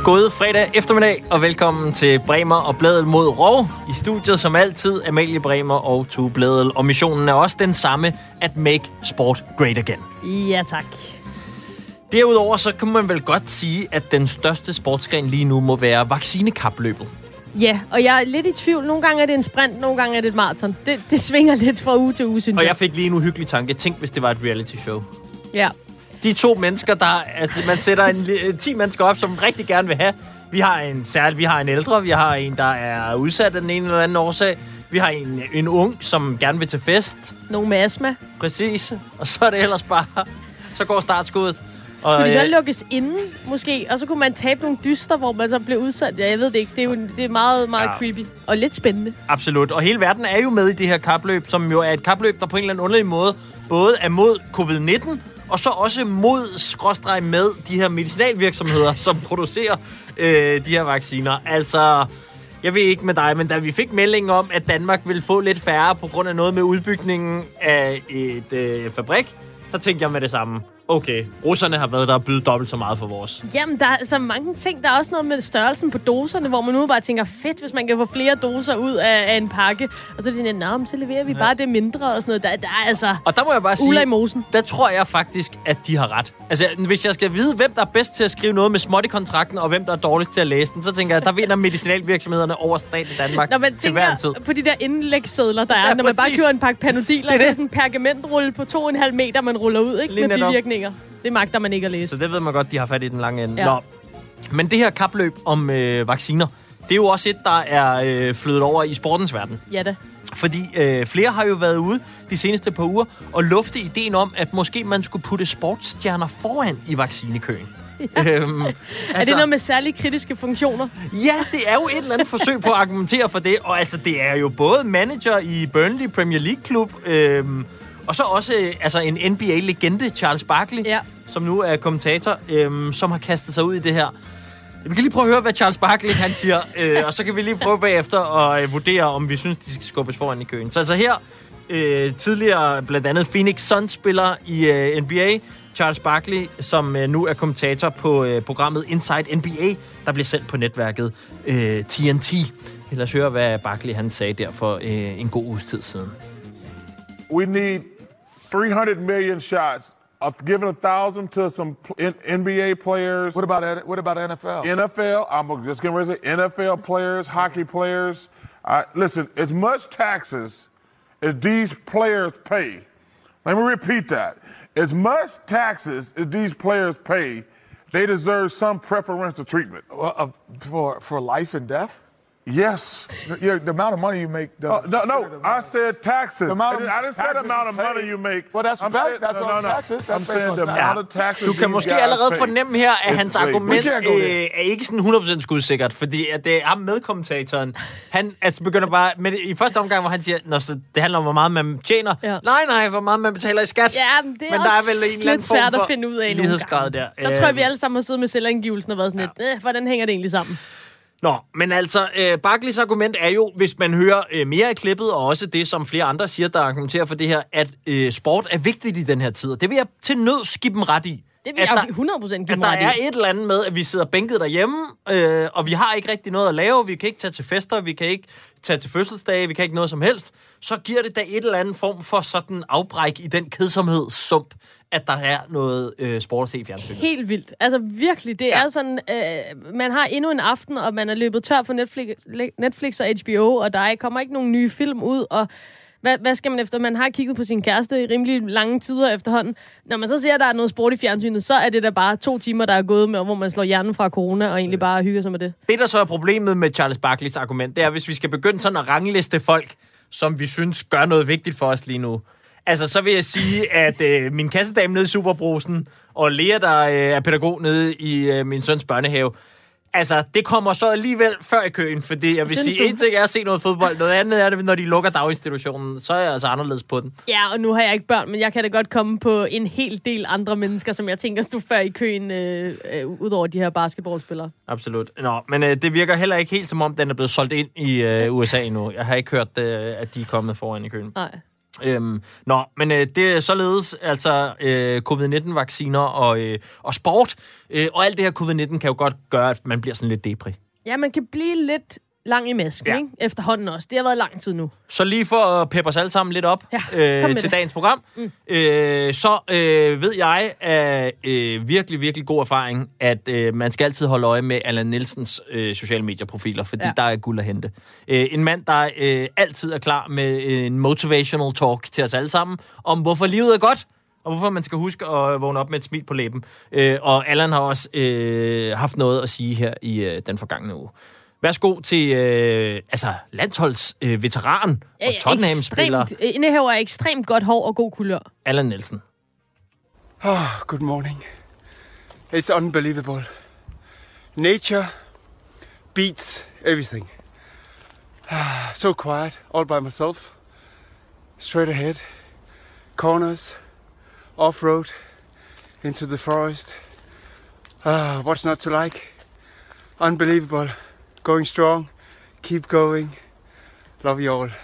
God fredag eftermiddag, og velkommen til Bremer og Blædel mod Rov. I studiet som altid, Amalie Bremer og Tue Blædel. Og missionen er også den samme, at make sport great again. Ja, tak. Derudover så kan man vel godt sige, at den største sportsgren lige nu må være vaccinekapløbet. Ja, og jeg er lidt i tvivl. Nogle gange er det en sprint, nogle gange er det et maraton. Det svinger lidt fra uge til uge, synes jeg. Og jeg fik lige en uhyggelig tanke. Tænk, hvis det var et reality show. Ja. De to mennesker, man sætter 10 mennesker op, som rigtig gerne vil have. Vi har en ældre, vi har en, der er udsat af den ene eller anden årsag. Vi har en ung, som gerne vil til fest. Nogle med astma. Præcis. Og så er det ellers bare... Så går startskuddet. Skulle de så lukkes inden, måske? Og så kunne man tabe nogle dyster, hvor man så blev udsat. Ja, jeg ved det ikke. Det er meget, meget creepy. Og lidt spændende. Absolut. Og hele verden er jo med i det her kapløb, som jo er et kapløb, der på en eller anden underlig måde både er mod covid-19, og så også mod med de her medicinalvirksomheder, som producerer de her vacciner. Altså, jeg ved ikke med dig, men da vi fik meldingen om, at Danmark ville få lidt færre på grund af noget med udbygningen af et fabrik, så tænkte jeg med det samme. Okay, russerne har været der og bydet dobbelt så meget for vores. Jamen, der er så mange ting. Der er også noget med størrelsen på doserne, hvor man nu bare tænker, fedt, hvis man kan få flere doser ud af en pakke. Og så tænker jeg, så leverer vi bare det mindre og sådan noget. Der er altså og der må jeg bare sige, uler i mosen. Der tror jeg faktisk, at de har ret. Altså, hvis jeg skal vide, hvem der er bedst til at skrive noget med småt i kontrakten, og hvem der er dårligst til at læse den, så tænker jeg, at der vinder medicinalvirksomhederne over staten Danmark til hver tid. På de der indlægssedler, der er, når man bare køber en pakke Panodiler, det er sådan en pergamentrulle på 2,5 meter, man ruller ud, ikke? Med bivirkninger. Det magter man ikke at læse. Så det ved man godt, de har fat i den lange ende. Ja. Nå. Men det her kapløb om vacciner, det er jo også et, der er flyttet over i sportens verden. Ja da. Fordi flere har jo været ude de seneste par uger og lufte ideen om, at måske man skulle putte sportsstjerner foran i vaccinekøen. Ja. Er det noget med særlig kritiske funktioner? Ja, det er jo et eller andet forsøg på at argumentere for det. Og altså, det er jo både manager i Burnley Premier League-klub, og så også en NBA-legende, Charles Barkley, som nu er kommentator, som har kastet sig ud i det her. Vi kan lige prøve at høre, hvad Charles Barkley han siger, og så kan vi lige prøve bagefter at vurdere, om vi synes, de skal skubbes foran i køen. Så altså her, tidligere blandt andet Phoenix Suns-spiller i NBA, Charles Barkley, som nu er kommentator på programmet Inside NBA, der bliver sendt på netværket TNT. Lad os høre, hvad Barkley han sagde der for en god uges tid siden. We need 300 million shots. Of giving 1,000 to some NBA players. What about NFL? NFL, I'm just going to say NFL players, hockey players. Listen, as much taxes as these players pay, let me repeat that. As much taxes as these players pay, they deserve some preferential treatment. For life and death? Yes. The amount of money you make... I said taxes. I didn't say the amount of money you make. Well, that's taxes. I'm saying the amount of taxes. Du kan måske allerede fornemme her, at hans argument er ikke sådan 100% skudsikkert, fordi at det er ham medkommentatoren. Han begynder bare... Men i første omgang, hvor han siger, så det handler om, hvor meget man tjener. Ja. Nej, hvor meget man betaler i skat. Ja, men det er men også der er vel en eller anden svært at finde ud af lighedsgrad der. Der tror jeg, vi alle sammen har siddet med selvangivelsen og været sådan lidt, hvordan hænger det egentlig sammen? Nå, men altså, Barkleys argument er jo, hvis man hører mere af klippet, og også det, som flere andre siger, der argumenterer for det her, at sport er vigtigt i den her tid. Og det vil jeg til nød give dem ret i. Det vil jeg 100% give dem ret i. At der er et eller andet med, at vi sidder bænket derhjemme, og vi har ikke rigtig noget at lave. Vi kan ikke tage til fester, vi kan ikke tage til fødselsdage, vi kan ikke noget som helst. Så giver det da et eller andet form for sådan afbræk i den kedsomhedssump, at der er noget sport at se i fjernsynet. Helt vildt. Altså virkelig, det er sådan, man har endnu en aften, og man er løbet tør for Netflix og HBO, og der kommer ikke nogen nye film ud, og hvad skal man efter? Man har kigget på sin kæreste i rimelig lange tider efterhånden. Når man så ser, at der er noget sport i fjernsynet, så er det da bare 2 timer, der er gået med, hvor man slår hjernen fra corona, og egentlig bare hygger sig med det. Det, der så er problemet med Charles Barkleys argument, det er, hvis vi skal begynde sådan at rangliste folk, som vi synes gør noget vigtigt for os lige nu. Altså, så vil jeg sige, at min kassedame nede i Superbrusen, og Lea, der er pædagog nede i min søns børnehave, altså, det kommer så alligevel før i køen, fordi jeg vil sige, en ting er at se noget fodbold, noget andet er det, når de lukker daginstitutionen, så er jeg altså anderledes på den. Ja, og nu har jeg ikke børn, men jeg kan da godt komme på en hel del andre mennesker, som jeg tænker stod før i køen, ud over de her basketballspillere. Absolut. Nå, men det virker heller ikke helt som om, den er blevet solgt ind i USA endnu. Jeg har ikke hørt, at de er kommet foran i køen. Nej. Men det er således, altså covid-19-vacciner og sport, og alt det her covid-19 kan jo godt gøre, at man bliver sådan lidt depri. Ja, man kan blive lidt lang i masken, ikke? Efterhånden også. Det har været lang tid nu. Så lige for at peppe os alle sammen lidt op til dagens program, så ved jeg af virkelig, virkelig god erfaring, at man skal altid holde øje med Allan Nielsens sociale medieprofiler, fordi der er guld at hente. En mand, der altid er klar med en motivational talk til os alle sammen, om hvorfor livet er godt, og hvorfor man skal huske at vågne op med et smil på læben. Og Allan har også haft noget at sige her i den forgangne uge. Værsgo til landsholdsveteran og Tottenham-spiller. Indehaver af ekstremt godt hår og god kulør. Allan Nielsen. Good morning. It's unbelievable. Nature beats everything. So quiet, all by myself. Straight ahead. Corners. Off-road. Into the forest. What's not to like? Unbelievable. Going strong. Keep going. Love you all.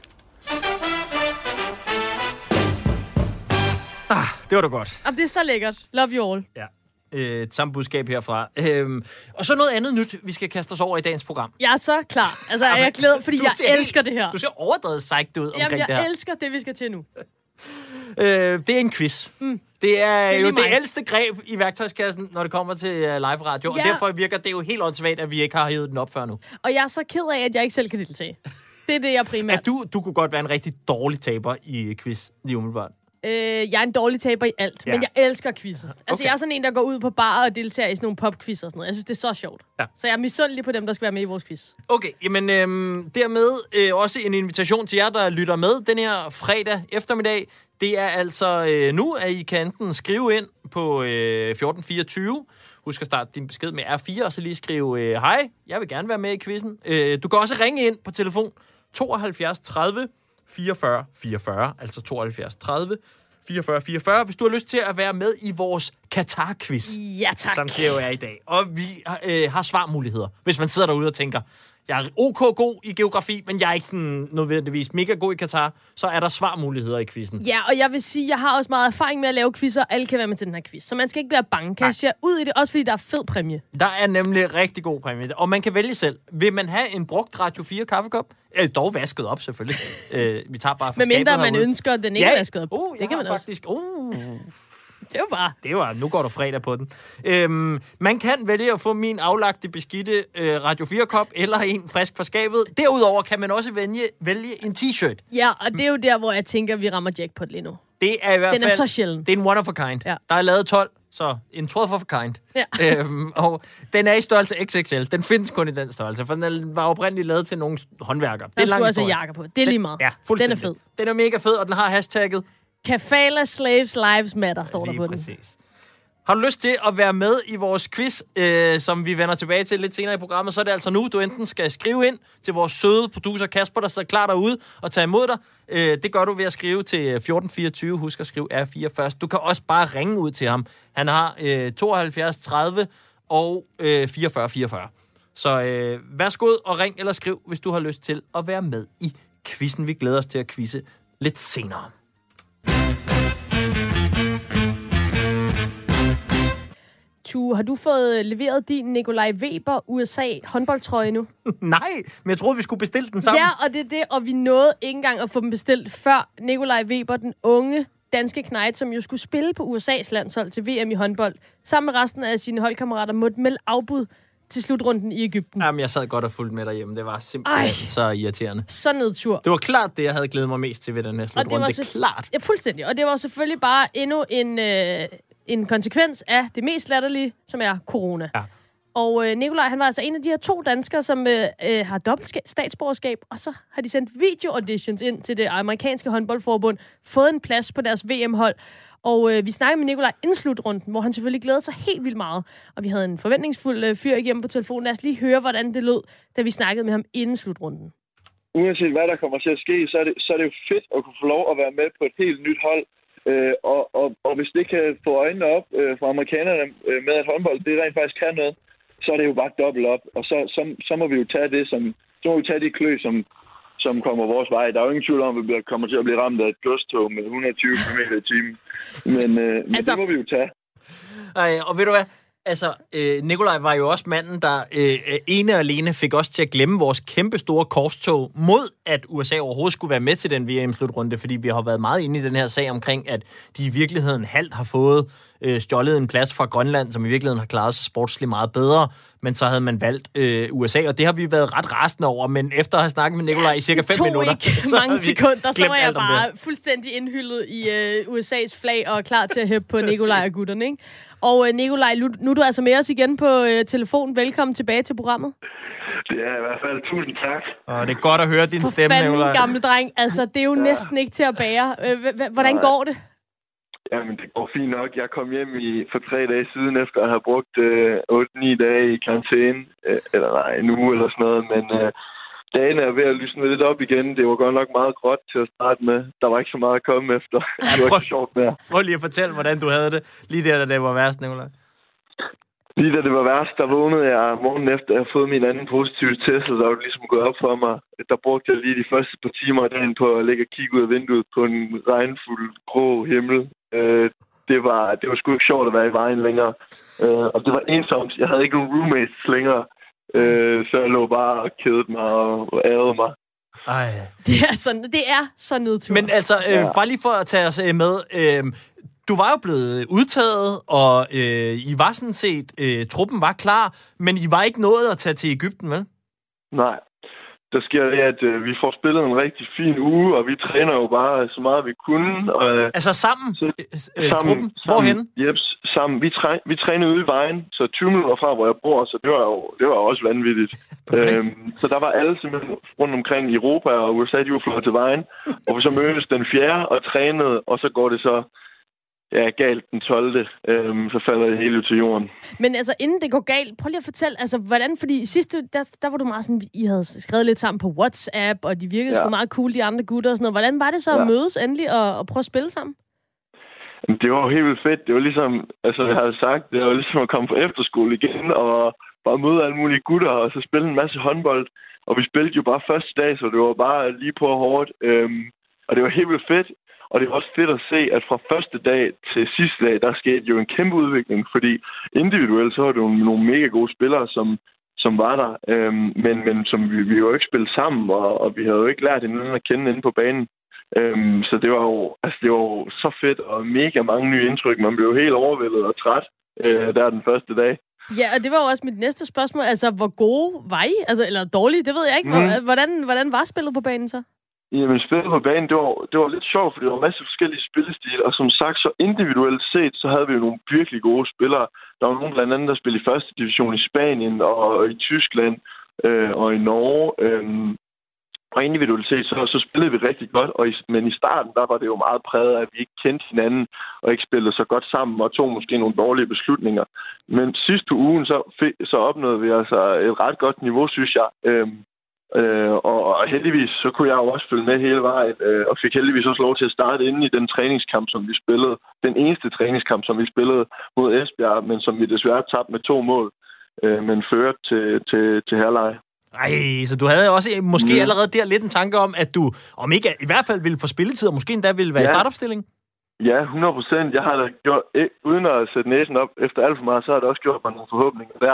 Det var da godt. Det er så lækkert. Love you all. Ja. Samme budskab herfra. Og så noget andet nyt, vi skal kaste os over i dagens program. Jeg er så klar. Altså, jeg glæder, fordi jeg elsker det her. Du ser overdrevet psyched ud omkring det her. Jeg elsker det, vi skal til nu. Det er en quiz. Det er jo det ældste greb i værktøjskassen, når det kommer til live radio. Ja. Og derfor virker det jo helt åndssvagt, at vi ikke har hævet den op før nu. Og jeg er så ked af, at jeg ikke selv kan deltage. Det er det, jeg primært. At du kunne godt være en rigtig dårlig taber i quiz, lige umiddelbart. Jeg er en dårlig taber i alt, men jeg elsker quizzer. Altså, jeg er sådan en, der går ud på bar og deltager i sådan nogle popquizzer og sådan noget. Jeg synes, det er så sjovt. Ja. Så jeg er misundelig på dem, der skal være med i vores quiz. Okay, jamen dermed også en invitation til jer, der lytter med den her fredag eftermiddag. Det er altså nu, at I kan enten skrive ind på 1424. Husk at starte din besked med R4, og så lige skrive, hej, jeg vil gerne være med i quizzen. Du kan også ringe ind på telefon 72 30 44 44, altså 72 30 44 44, hvis du har lyst til at være med i vores Qatar-quiz. Ja, tak. Som det jo er i dag. Og vi har svarmuligheder, hvis man sidder derude og tænker, jeg er OK god i geografi, men jeg er ikke sådan nødvendigvis mega god i Qatar, så er der svarmuligheder i quizzen. Ja, og jeg vil sige, jeg har også meget erfaring med at lave quizzer, alle kan være med til den her quiz. Så man skal ikke være bange. Kaste jer ud i det, også fordi der er fed præmie. Der er nemlig rigtig god præmie, og man kan vælge selv. Vil man have en brugt Radio 4 kaffekop? Dog vasket op, selvfølgelig. Vi tager bare for skabet herude. Medmindre man ønsker den ikke vasket op. Det kan man faktisk Det var bare... Nu går der fredag på den. Man kan vælge at få min aflagte beskidte Radio 4-kop, eller en frisk fra skabet. Derudover kan man også vælge en t-shirt. Ja, og det er jo der, hvor jeg tænker, vi rammer jackpot lige nu. Det er i hvert fald... Den er så sjælden. Det er en one of a kind. Ja. Der er lavet 12, så en 12 of a kind. Ja. Og den er i størrelse XXL. Den findes kun i den størrelse, for den var oprindeligt lavet til nogle håndværkere. Der skulle også jakker på. Det er lige meget. Ja, den er fed. Den er mega fed, og den har hashtagget Kafala Slaves Lives Matter, står der på præcis. Den. Har du lyst til at være med i vores quiz, som vi vender tilbage til lidt senere i programmet, så er det altså nu, du enten skal skrive ind til vores søde producer Kasper, der sidder klar derude og tager imod dig. Det gør du ved at skrive til 1424. Husk at skrive R4 først. Du kan også bare ringe ud til ham. Han har 72 30 og 44 44. Så værsgo og ring eller skriv, hvis du har lyst til at være med i quizzen. Vi glæder os til at quizze lidt senere. Har du fået leveret din Nikolaj Weber USA håndboldtrøje nu? Nej, men jeg troede, vi skulle bestille den sammen. Ja, og det er det, og vi nåede ikke engang at få dem bestilt, før Nikolaj Weber, den unge danske knejt, som jo skulle spille på USA's landshold til VM i håndbold, sammen med resten af sine holdkammerater, måtte melde afbud til slutrunden i Egypten. Jamen, jeg sad godt og fulgte med derhjemme. Det var simpelthen så irriterende. Så nedtur. Det var klart det, jeg havde glædet mig mest til ved den her slutrunde. Det er klart. Ja, fuldstændig. Og det var selvfølgelig bare endnu en konsekvens af det mest latterlige, som er corona. Ja. Og Nikolaj, han var altså en af de her 2 danskere, som har dobbelt statsborgerskab, og så har de sendt video-auditions ind til det amerikanske håndboldforbund, fået en plads på deres VM-hold. Og vi snakkede med Nikolaj inden slutrunden, hvor han selvfølgelig glædede sig helt vildt meget. Og vi havde en forventningsfuld fyr igennem på telefonen. Lad os lige høre, hvordan det lød, da vi snakkede med ham inden slutrunden. Uanset hvad der kommer til at ske, så er det jo fedt at kunne få lov at være med på et helt nyt hold. Og hvis det kan få øjnene op fra amerikanerne med, at håndbold det rent faktisk kan noget, så er det jo bare dobbelt op. Og så må vi jo tage det så må vi tage de klø, som kommer vores vej. Der er jo ingen tvivl om, at vi kommer til at blive ramt af et godstog med 120 km i timen. Men altså, det må vi jo tage. Ej, og ved du hvad? Altså, Nikolaj var jo også manden, der ene og alene fik os til at glemme vores kæmpestore korstog mod, at USA overhovedet skulle være med til den VM-slutrunde, fordi vi har været meget inde i den her sag omkring, at de i virkeligheden halvt har fået stjålet en plads fra Grønland, som i virkeligheden har klaret sig sportsligt meget bedre, men så havde man valgt USA, og det har vi været ret rasende over, men efter at have snakket med Nikolaj i cirka 5 minutter, så mange sekunder, så var jeg bare fuldstændig indhyldet i USA's flag og klar til at hæppe på Nikolaj og gutterne, ikke? Og Nikolaj, nu er du altså med os igen på telefon. Velkommen tilbage til programmet. Det er i hvert fald. Tusind tak. Og det er godt at høre din stemme, Nikolaj. Gamle dreng. Altså, det er jo næsten ikke til at bære. Hvordan går det? Jamen, det går fint nok. Jeg kom hjem for 3 dage siden, efter at have brugt 8-9 dage i karantæne. Eller nej, en uge eller sådan noget. Men dagen er ved at lysne lidt op igen. Det var godt nok meget gråt til at starte med. Der var ikke så meget at komme efter. Det var ikke så sjovt mere. Prøv lige at fortælle, hvordan du havde det. Lige der, da det var værst, Nikolaj. Lige da det var værst, der vågnede jeg morgen efter, at jeg havde fået min anden positive test, og der var ligesom gået op for mig. Der brugte jeg lige de første par timer af dagen på at ligge og kigge ud af vinduet på en regnfuld, grå himmel. Det var sgu ikke sjovt at være i vejen længere. Og det var ensomt. Jeg havde ikke nogen roommates længere. Så jeg lå bare og kedede mig og ærede mig. Ej. Det er så nedtur. Men altså, bare lige for at tage os med, du var jo blevet udtaget, og I var sådan set, truppen var klar, men I var ikke nået at tage til Egypten, vel? Nej. Der sker det, at vi får spillet en rigtig fin uge, og vi træner jo bare så meget, vi kunne. Altså sammen? Truppen? Hvorhen? Jeps, sammen. Vi trænede ude i vejen, så 20 minutter fra, hvor jeg bor, så det var også vanvittigt. Så der var alle simpelthen rundt omkring i Europa, og USA, de var flået til vejen. Og vi så mødtes den 4. og trænede, og så går det så galt den 12. Så falder det hele til jorden. Men altså, inden det går galt, prøv lige at fortælle, altså, hvordan, fordi sidste, der var du meget sådan, I havde skrevet lidt sammen på WhatsApp, og de virkede sgu meget cool, de andre gutter og sådan noget. Hvordan var det så at mødes endelig og prøve at spille sammen? Det var helt vildt fedt. Det var ligesom, altså jeg havde sagt, det var ligesom at komme på efterskole igen, og bare møde alle mulige gutter, og så spille en masse håndbold. Og vi spillede jo bare første dag, så det var bare lige på hårdt. Og det var helt vildt fedt. Og det er også fedt at se, at fra første dag til sidste dag, der skete jo en kæmpe udvikling, fordi individuelt så var det jo nogle mega gode spillere, som var der, men som vi jo ikke spillet sammen, og vi havde jo ikke lært hinanden at kende inde på banen. Så det var jo så fedt, og mega mange nye indtryk. Man blev jo helt overvældet og træt der den første dag. Ja, og det var jo også mit næste spørgsmål. Altså, hvor gode var I? Altså, eller dårlige, det ved jeg ikke. Hvordan var spillet på banen så? Jamen, spillet på banen, det var lidt sjovt, for det var en masse forskellige spillestile, og som sagt, så individuelt set, så havde vi jo nogle virkelig gode spillere. Der var nogen blandt andet, der spillede i første division i Spanien og i Tyskland og i Norge. Og individuelt set, så spillede vi rigtig godt, men i starten, der var det jo meget præget af, at vi ikke kendte hinanden og ikke spillede så godt sammen og tog måske nogle dårlige beslutninger. Men sidste ugen, så opnåede vi altså et ret godt niveau, synes jeg. Og heldigvis, så kunne jeg jo også følge med hele vejen, og fik heldigvis også lov til at starte inde i den træningskamp, som vi spillede. Den eneste træningskamp, som vi spillede mod Esbjerg, men som vi desværre tabte med 2 mål, men førte til herleje. Ej, så du havde også måske allerede der lidt en tanke om, at du, om ikke i hvert fald ville få spilletid, og måske endda ville være i startopstilling? Ja, 100%. Jeg har da gjort, uden at sætte næsen op efter alt for meget, så har det også gjort mig nogle forhåbninger der.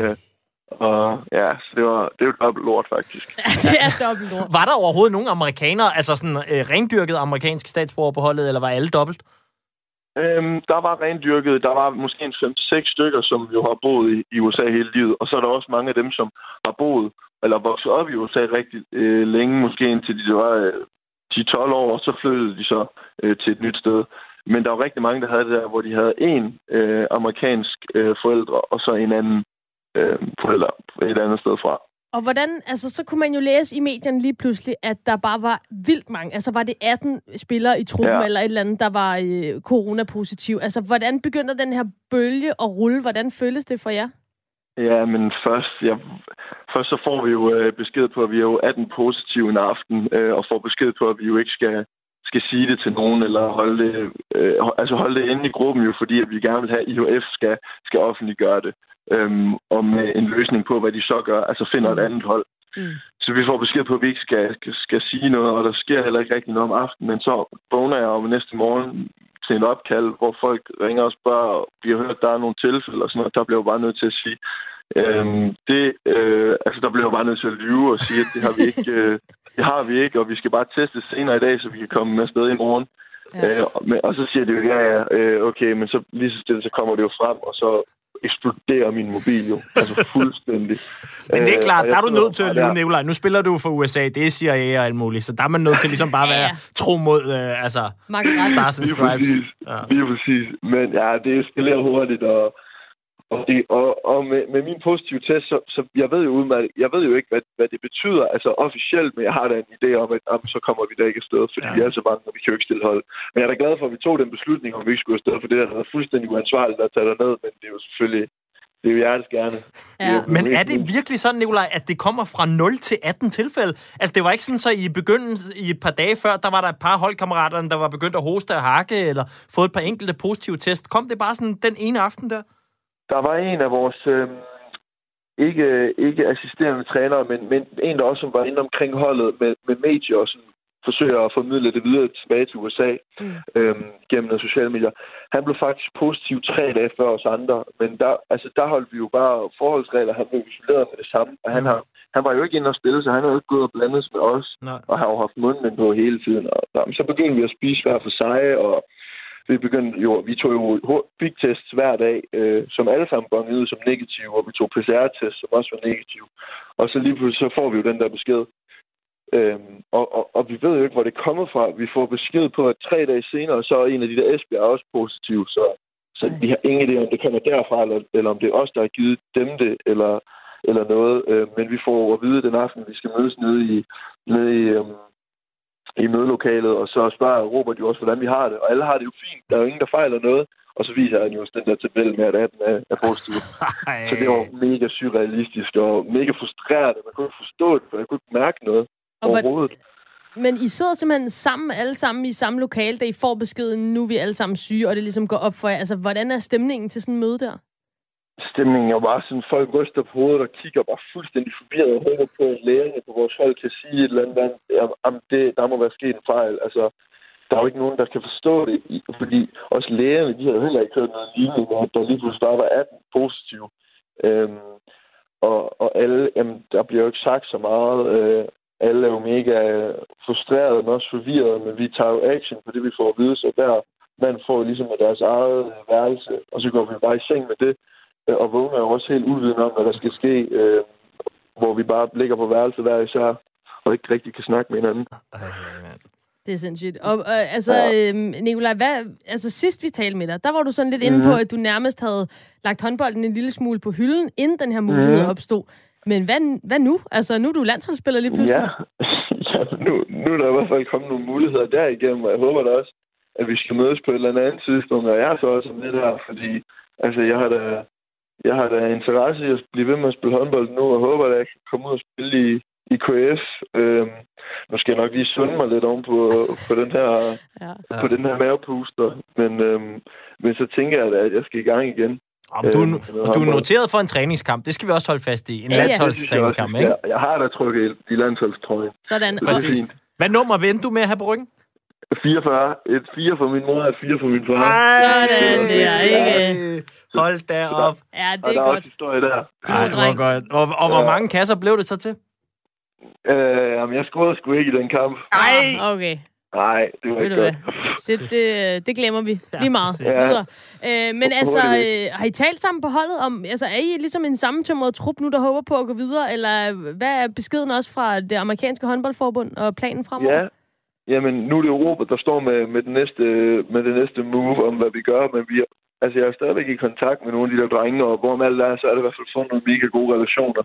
Og ja, så det er jo dobbelt lort, faktisk. Ja, det er dobbelt lort. Var der overhovedet nogen amerikanere, altså sådan rendyrket amerikanske statsborger på holdet, eller var alle dobbelt? Der var rendyrket. Der var måske en 5-6 stykker, som jo har boet i USA hele livet. Og så er der også mange af dem, som har boet eller vokset op i USA rigtig længe, måske indtil de var 10-12 år, og så flyttede de så til et nyt sted. Men der var rigtig mange, der havde det der, hvor de havde en amerikansk forældre, og så en anden forældre et andet sted fra. Og hvordan, altså så kunne man jo læse i medierne lige pludselig, at der bare var vildt mange. Altså var det 18 spillere i truppen eller et eller andet, der var coronapositiv. Altså hvordan begynder den her bølge at rulle? Hvordan føles det for jer? Ja, men først så får vi jo besked på, at vi er jo 18 positive en aften, og får besked på, at vi jo ikke skal sige det til nogen, eller holde det inde i gruppen jo, fordi at vi gerne vil have, at IHF skal offentliggøre det. Og med en løsning på, hvad de så gør, altså finder et andet hold. Så vi får besked på, at vi ikke skal sige noget, og der sker heller ikke rigtig noget om aftenen. Men så vågner jeg om næste morgen til en opkald, hvor folk ringer og spørger, vi har hørt, at der er nogle tilfælde og sådan noget. Der bliver jo bare nødt til at sige, der bliver jo bare nødt til at lyve og sige, at det har vi ikke, det har vi ikke, og vi skal bare teste senere i dag, så vi kan komme afsted i morgen. Ja. Og så siger det jo, okay, men så lige så stille, så kommer det jo frem, og så eksploderer min mobil jo. Altså fuldstændig. Men det er klart, der er du nødt til at lyve, Nikolaj. Nu spiller du for USA, det er CIA og alt muligt, så der er man nødt til ligesom bare at være tro mod Stars and Stripes. Lige præcis. Men ja, det eskalerer hurtigt, og med min positive test, så jeg ved jo ikke, hvad det betyder, altså officielt, men jeg har da en idé om, at så kommer vi da ikke afsted, fordi vi er så bange, og vi kan jo ikke stille hold. Men jeg er da glad for, at vi tog den beslutning, om vi ikke skulle afsted, for det er fuldstændig uansvarligt at tage derned, men det er jo selvfølgelig, det er jo hjerteskærende. Ja. Men er det virkelig sådan, Nikolaj, at det kommer fra 0 til 18 tilfælde? Altså, det var ikke sådan, så i begyndelsen, i et par dage før, der var der et par holdkammeraterne, der var begyndt at hoste og hakke, eller fået et par enkelte positive test. Kom det bare sådan den ene aften der? Der var en af vores ikke assisterende trænere, men en der også var inde omkring holdet med medier og sådan forsøger at formidle det videre tilbage til USA gennem nogle sociale medier. Han blev faktisk positiv 3 dage før os andre, men der holdt vi jo bare forholdsregler. Han blev isoleret med det samme, og han var jo ikke inde og spille, så han havde ikke gået og blandet med os. Nej. Og har jo haft mundbind på hele tiden. Og så begyndte vi at spise hver for sig, og vi tog jo big-tests hver dag, som alle sammen bongede som negative, og vi tog PCR-tests, som også var negative. Og så lige pludselig så får vi jo den der besked. Og vi ved jo ikke, hvor det kommer fra. Vi får besked på, at 3 dage senere, så er en af de der Esbjerg også positiv. Så vi har ingen idé, om det kommer derfra, eller om det er os, der har givet dem det, eller noget. Men vi får at vide den aften, vi skal mødes nede i mødelokalet, og så spørger Robert jo også, hvordan vi har det. Og alle har det jo fint. Der er jo ingen, der fejler noget. Og så viser han jo den der tabel med, at 18 er positiv. Så det var mega surrealistisk og mega frustrerende. Man kunne ikke forstå det, for jeg kunne ikke mærke noget overhovedet. Men I sidder simpelthen sammen, alle sammen i samme lokale, da I får beskeden, nu er vi alle sammen syge, og det ligesom går op for jer. Altså, hvordan er stemningen til sådan en møde der? Stemningen er jo bare sådan, folk ryster på hovedet og kigger bare fuldstændig forvirret og håber på, at lægerne på vores hold kan sige et eller andet, der må være sket en fejl. Altså, der er jo ikke nogen, der kan forstå det, fordi også lægerne, de havde heller ikke hørt noget lignende, hvor der lige pludselig bare var 18 positive. Og alle, der bliver jo ikke sagt så meget. Alle er jo mega frustrerede, men også forvirrede, men vi tager jo action på det, vi får at vide, så der man får ligesom deres eget værelse, og så går vi bare i seng med det, og vågner jo også helt uvidende om, hvad der skal ske, hvor vi bare ligger på værelset hver især, og ikke rigtig kan snakke med hinanden. Det er sindssygt. Og Nikolaj, sidst vi talte med dig, der var du sådan lidt inde på, at du nærmest havde lagt håndbolden en lille smule på hylden, inden den her mulighed opstod. Men hvad nu? Altså, nu er du landsholdsspiller lige pludselig. Ja, nu er der i hvert fald kommet nogle muligheder derigennem, og jeg håber da også, at vi skal mødes på et eller andet tidspunkt, og jeg er så også med der, fordi altså, jeg har da interesse i at blive ved med at spille håndbold nu, og håber, at jeg kan komme ud og spille i KF. Nu skal jeg nok lige sunde mig lidt oven på den her, på den her mavepuster, men så tænker jeg da, at jeg skal i gang igen. Du er noteret for en træningskamp. Det skal vi også holde fast i. En landsholdstræningskamp, ikke? Jeg har da trykket i landsholdstrøjen. Sådan. Præcis. Hvad nummer vendte du med her på ryggen? 44. Et 4 for min mor og et 4 for min far. Sådan der, ikke? Hold da op. Ja, det er og der godt. er også historie der. Ej, hvor godt. Og hvor mange kasser blev det så til? Jamen, jeg scorede sgu ikke i den kamp. Nej. Okay. Nej, det var ikke godt. Det glemmer vi lige meget. Ja. Men altså, har I talt sammen på holdet om, altså er I ligesom en sammentømret trup nu, der håber på at gå videre, eller hvad er beskeden også fra det amerikanske håndboldforbund og planen fremover? Ja, jamen nu er det Europa, der står med det næste move om, hvad vi gør, men jeg er stadigvæk i kontakt med nogle af de der drenge, og hvorom alt er, så er det i hvert fald fundet nogle mega gode relationer.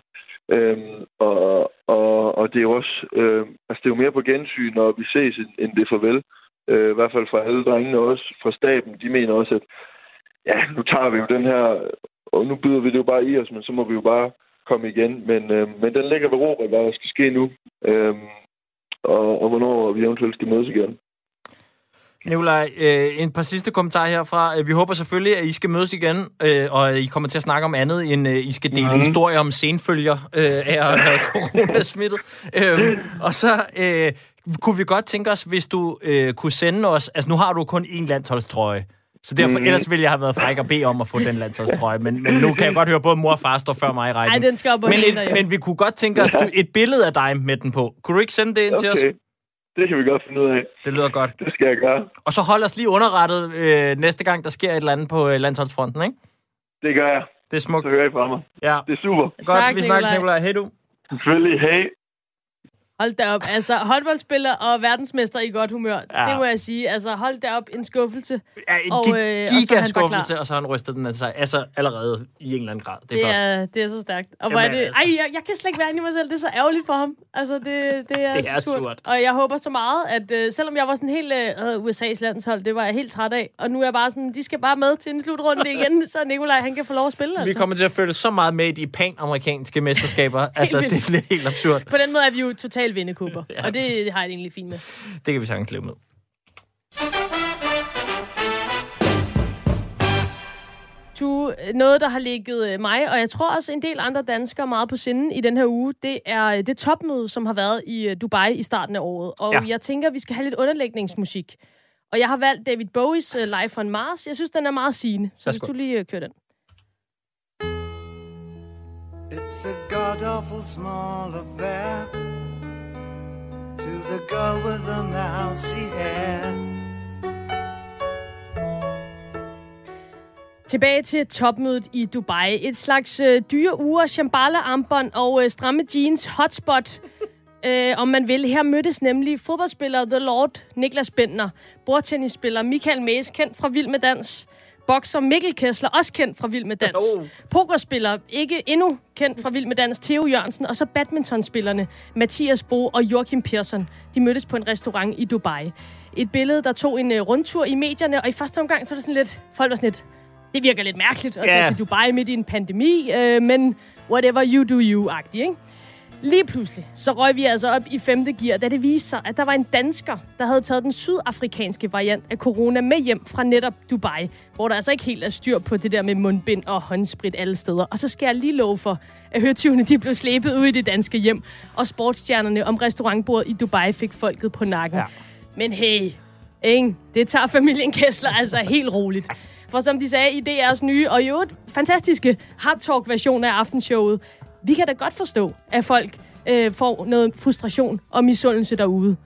Og det er jo også, det er jo mere på gensyn, når vi ses, end det farvel. I hvert fald fra alle drengene også fra staben. De mener også, at ja, nu tager vi jo den her, og nu byder vi det jo bare i os, men så må vi jo bare komme igen. Men den ligger ved ro, hvad der skal ske nu. Og hvornår vi eventuelt skal mødes igen. Nikolaj, en par sidste kommentarer herfra. Vi håber selvfølgelig, at I skal mødes igen, og I kommer til at snakke om andet, end I skal dele historier om senfølger af at have coronasmittet. Og så kunne vi godt tænke os, hvis du kunne sende os... Altså, nu har du kun én landsholdstrøje, så derfor ellers ville jeg have været fræk og bede om at få den landsholdstrøje. Men nu kan jeg godt høre, både mor og far står før mig i rækken. Nej, den skal op på men vi kunne godt tænke os et billede af dig med den på. Kunne du ikke sende det ind til os? Det kan vi godt finde ud af. Det lyder godt. Det skal jeg gøre. Og så hold os lige underrettet næste gang, der sker et eller andet på landsholdsfronten, ikke? Det gør jeg. Det er smukt. Så hører I fra mig. Ja. Det er super. Godt, tak, vi snakkes, Nikolaj. Hej du. Selvfølgelig, hej. Hold da op. Altså, håndboldspiller og verdensmester i godt humør. Ja. Det må jeg sige. Altså, hold da op. En skuffelse. Ja, en gigaskuffelse, og så har han rystet den af sig. Altså, allerede i en eller anden grad. Det er så stærkt. Og hvor er det... Ej, jeg kan slet ikke være inde i mig selv. Det er så ærgerligt for ham. Altså, det er surt. Og jeg håber så meget, at selvom jeg var sådan helt USA's landshold, det var jeg helt træt af. Og nu er jeg bare sådan, de skal bare med til en slutrunde igen, så Nikolaj, han kan få lov at spille. Altså. Vi kommer til at følge så meget med i de panamerikanske mesterskaber. Altså, det bliver helt absurd. På den måde er vi jo totalt vindekubber. Ja. Og det har jeg egentlig fint med. Det kan vi sagtens leve med. Noget, der har ligget mig, og jeg tror også en del andre danskere meget på sinden i den her uge, det er det topmøde, som har været i Dubai i starten af året. Og jeg tænker, vi skal have lidt underlægningsmusik. Og jeg har valgt David Bowies Life on Mars. Jeg synes, den er meget sigende. Så hvis du lige kører den. It's a god-awful small affair to the girl with the mousy hair. Tilbage til topmødet i Dubai. Et slags dyre uger, Shambhala-armbånd og stramme jeans hotspot. Om man vil. Her mødtes nemlig fodboldspiller The Lord Niklas Bentner, bordtennisspiller Michael Maes, kendt fra Vild med Dans, bokser Mikkel Kessler, også kendt fra Vild med Dans, pokerspiller, ikke endnu kendt fra Vild med Dans, Theo Jørgensen, og så badmintonspillerne Mathias Bo og Joachim Persson. De mødtes på en restaurant i Dubai. Et billede, der tog en rundtur i medierne, og i første omgang så er det sådan lidt, folk var sådan lidt, det virker lidt mærkeligt at tage til Dubai midt i en pandemi, men whatever you do you-agtigt, ikke? Lige pludselig, så røg vi altså op i 5. gear, da det viste sig, at der var en dansker, der havde taget den sydafrikanske variant af corona med hjem fra netop Dubai, hvor der altså ikke helt er styr på det der med mundbind og håndsprit alle steder. Og så skal jeg lige love for, at høretyvene de blev slæbet ud i det danske hjem, og sportsstjernerne om restaurantbordet i Dubai fik folket på nakken. Ja. Men hey, det tager familien Kessler altså helt roligt. For som de sagde i DR's nye og jo fantastiske hard talk version af aftenshowet, vi kan da godt forstå, at folk får noget frustration og misundelse derude.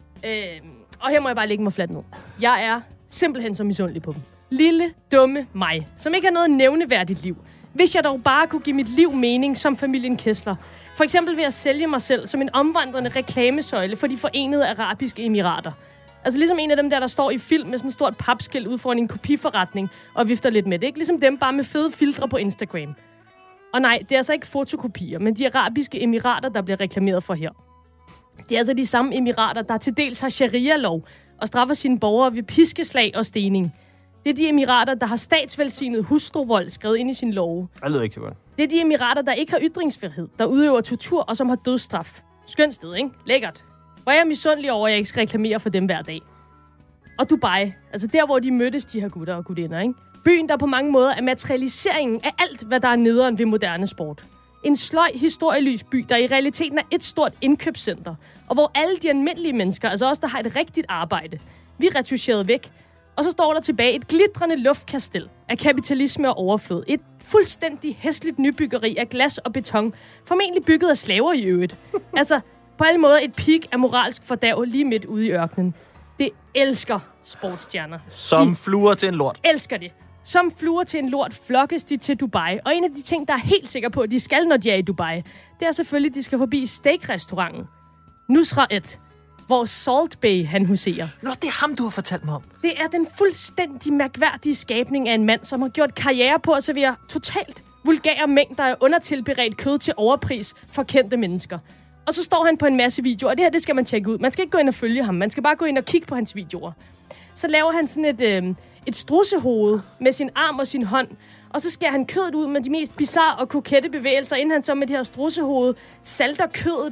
Og her må jeg bare lægge mig fladt ned. Jeg er simpelthen så misundelig på dem. Lille, dumme mig, som ikke har noget nævneværdigt liv. Hvis jeg dog bare kunne give mit liv mening som familien Kessler. For eksempel ved at sælge mig selv som en omvandrende reklamesøjle for de Forenede Arabiske Emirater. Altså ligesom en af dem der står i film med sådan et stort papskilt ud foran en kopiforretning og vifter lidt med det. Ikke ligesom dem bare med fede filtre på Instagram. Og nej, det er altså ikke fotokopier, men de arabiske emirater, der bliver reklameret for her. Det er altså de samme emirater, der til dels har sharia-lov og straffer sine borgere ved piskeslag og stening. Det er de emirater, der har statsvelsignet hustruvold skrevet ind i sin love. Det lyder ikke så godt. Det er de emirater, der ikke har ytringsfrihed, der udøver tortur og som har dødsstraf. Skønt sted, ikke? Lækkert. Hvor er jeg misundelig over, at jeg ikke skal reklamere for dem hver dag. Og Dubai, altså der, hvor de mødtes, de her gutter og gutinder, ikke? Byen, der på mange måder er materialiseringen af alt, hvad der er nederen ved moderne sport. En sløj, historieløs by, der i realiteten er et stort indkøbscenter, og hvor alle de almindelige mennesker, altså os, der har et rigtigt arbejde, vi er retuscheret væk. Og så står der tilbage et glitrende luftkastel af kapitalisme og overflod. Et fuldstændig hæsligt nybyggeri af glas og beton, formentlig bygget af slaver i øvrigt. Altså, på alle måder et peak af moralsk fordærv lige midt ude i ørkenen. Det elsker sportsstjerner. Som fluer til en lort. Elsker det. Som fluer til en lort flokkes de til Dubai. Og en af de ting, der er helt sikker på, at de skal, når de er i Dubai, det er selvfølgelig, at de skal forbi steakrestauranten Nusrat, hvor Salt Bay han huserer. Nå, det er ham, du har fortalt mig om. Det er den fuldstændig mærkværdige skabning af en mand, som har gjort karriere på at servere totalt vulgære mængder af undertilberedt kød til overpris for kendte mennesker. Og så står han på en masse videoer, og det her, det skal man tjekke ud. Man skal ikke gå ind og følge ham, man skal bare gå ind og kigge på hans videoer. Så laver han sådan et strudsehoved med sin arm og sin hånd, og så skærer han kødet ud med de mest bizarre og kokette bevægelser, inden han så med det her strudsehoved salter kødet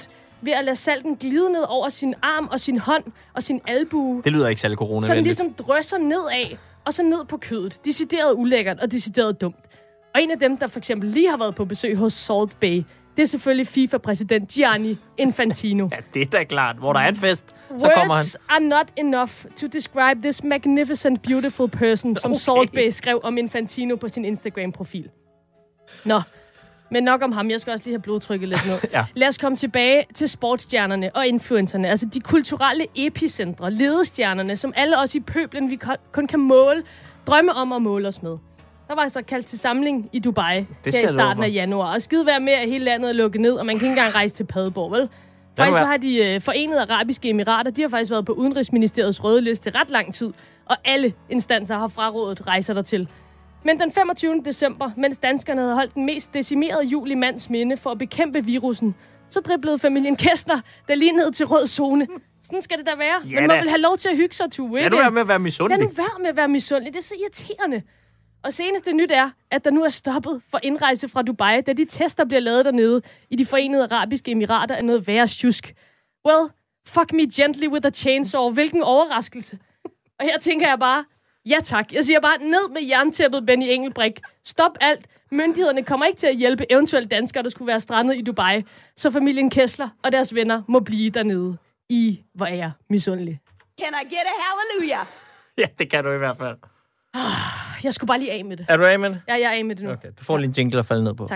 ved at lade salten glide ned over sin arm og sin hånd og sin albue. Det lyder ikke særlig coronavenligt. Så den ligesom drysser nedad, og så ned på kødet. Decideret ulækkert og decideret dumt. Og en af dem, der for eksempel lige har været på besøg hos Salt Bay, det er selvfølgelig FIFA-præsident Gianni Infantino. Ja, det er da klart. Hvor der er en fest, så kommer han. Words are not enough to describe this magnificent, beautiful person, som Salt Bay skrev om Infantino på sin Instagram-profil. Nå, men nok om ham. Jeg skal også lige have blodtrykket lidt ned. Ja. Lad os komme tilbage til sportsstjernerne og influencerne. Altså de kulturelle epicentre, ledestjernerne, som alle os i pøblen, vi kun kan drømme om at måle os med. Der var altså kaldt til samling i Dubai her i starten af januar. Og skide være med, at hele landet er lukket ned, og man kan ikke engang rejse til Padborg, vel? Faktisk så har de Forenede Arabiske Emirater, de har faktisk været på Udenrigsministeriets røde liste ret lang tid, og alle instanser har frarådet rejser dertil. Men den 25. december, mens danskerne havde holdt den mest decimerede jul i mands minde for at bekæmpe virusen, så driblede familien Kessler der lige ned til rød zone. Sådan skal det da være. Ja, man må vel have lov til at hygge sig, Tue, ikke? Lad nu være med at være misundelig. Lad nu være med at være misundelig. Det er så irriterende. Og seneste nyt er, at der nu er stoppet for indrejse fra Dubai, da de tester bliver lavet dernede i de Forenede Arabiske Emirater er noget værre sjusk. Well, fuck me gently with a chainsaw. Hvilken overraskelse. Og her tænker jeg bare, ja tak. Jeg siger bare, ned med jerntæppet, Benny Engelbrecht. Stop alt. Myndighederne kommer ikke til at hjælpe eventuelle danskere, der skulle være strandet i Dubai. Så familien Kessler og deres venner må blive dernede. Hvor er jeg misundelig. Can I get a hallelujah? Ja, det kan du i hvert fald. Jeg skulle bare lige af med det. Er du af med det? Ja, jeg er af med det nu. Okay, du får lige en jingle at falde ned på. Tak.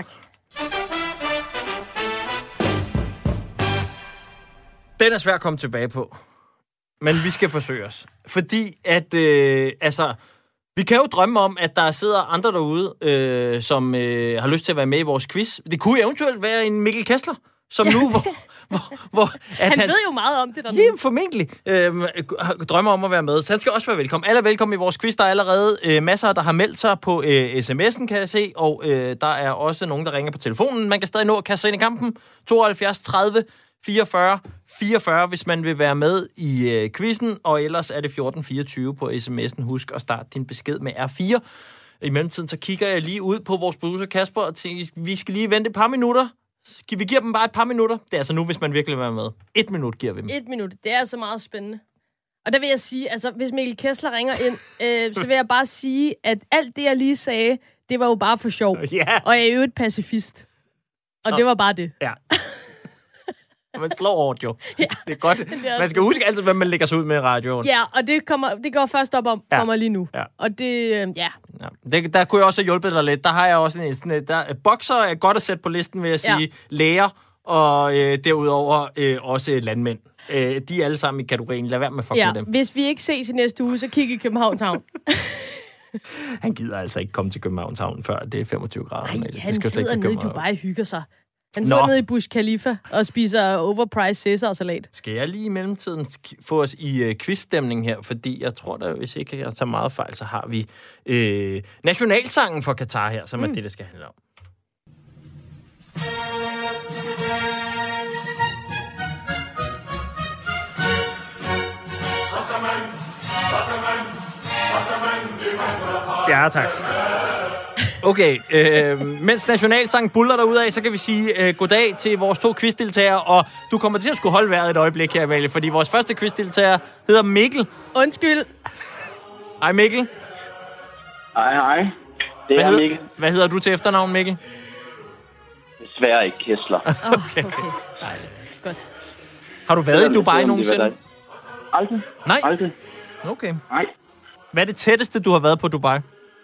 Den er svær at komme tilbage på. Men vi skal forsøge os. Fordi at, vi kan jo drømme om, at der sidder andre derude, som har lyst til at være med i vores quiz. Det kunne eventuelt være en Mikkel Kessler, som nu, hvor han ved jo meget om det dernede. Jamen, formentlig drømmer om at være med. Så han skal også være velkommen. Alle er velkommen i vores quiz. Der er allerede masser, der har meldt sig på sms'en, kan jeg se. Og der er også nogen, der ringer på telefonen. Man kan stadig nå at kaste sig ind i kampen. 72 30 44 44, hvis man vil være med i quizzen. Og ellers er det 14 24 på sms'en. Husk at starte din besked med R4. I mellemtiden så kigger jeg lige ud på vores producer Kasper og tænker, vi skal lige vente et par minutter. Vi giver dem bare et par minutter. Det er altså nu, hvis man virkelig vil være med. 1 minut giver vi dem. 1 minut. Det er altså meget spændende. Og der vil jeg sige, altså hvis Mikkel Kessler ringer ind, så vil jeg bare sige, at alt det, jeg lige sagde, det var jo bare for sjov. Ja. Og jeg er jo et pacifist. Og det var bare det. Ja. Man slår hårdt jo. Ja. Det er godt. Man skal huske altid, hvad man lægger sig ud med i radioen. Ja, og det går først op om for mig lige nu. Ja. Og det, ja. Der kunne jeg også have hjulpet dig lidt. Der har jeg også bokser er godt at sætte på listen, vil jeg sige. Ja. Læger og derudover også landmænd. De er alle sammen i kategorien. Lad være med at fuck med dem. Hvis vi ikke ses i næste uge, så kig i Københavns Havn. Han gider altså ikke komme til Københavns Havn, før det er 25 grader. Nej, han sidder nede i Dubai og hygger sig. Han sidder nede i Burj Khalifa og spiser overpriced Cæsar-salat. Skal jeg lige i mellemtiden få os i quizstemning her? Fordi jeg tror da, hvis ikke jeg tager meget fejl, så har vi nationalsangen for Katar her, som er det skal handle om. Ja, tak. Okay, mens nationalsangen buller derudad, så kan vi sige goddag til vores 2 quizdeltagere, og du kommer til at skulle holde vejret et øjeblik her, Amalie, fordi vores første quizdeltager hedder Mikkel. Undskyld. Hej Mikkel. Hej. Det er Mikkel. Hvad hedder du til efternavn, Mikkel? Desværre ikke Kessler. Okay. Dejligt. Godt. Har du været i Dubai nogensinde? Aldrig. Nej? Aldrig. Okay. Nej. Hvad er det tætteste, du har været på Dubai?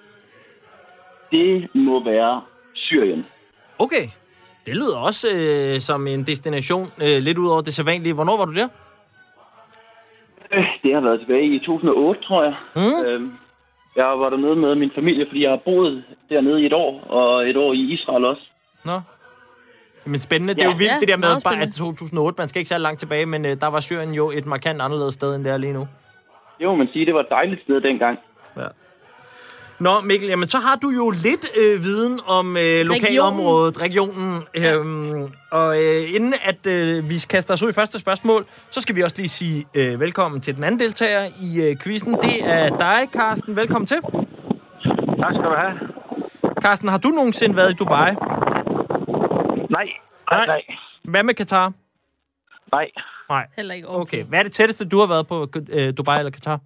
Det må være Syrien. Okay. Det lyder også som en destination lidt ud over det sædvanlige. Hvornår var du der? Det har været tilbage i 2008, tror jeg. Jeg var dernede med min familie, fordi jeg har boet dernede i et år, og et år i Israel også. Nå. Men spændende. Det er jo vildt, det der med, bare at 2008, man skal ikke så langt tilbage, men der var Syrien jo et markant anderledes sted, end det er lige nu. Det må man sige, det var et dejligt sted dengang. Ja. Nå, Mikkel, jamen så har du jo lidt viden om lokalområdet, regionen. Og inden at vi kaster os ud i første spørgsmål, så skal vi også lige sige velkommen til den anden deltager i quizzen. Det er dig, Carsten. Velkommen til. Tak skal du have. Carsten, har du nogensinde været i Dubai? Nej. Hvad med Katar? Nej. Heller ikke. Okay. Hvad er det tætteste, du har været på Dubai eller Katar?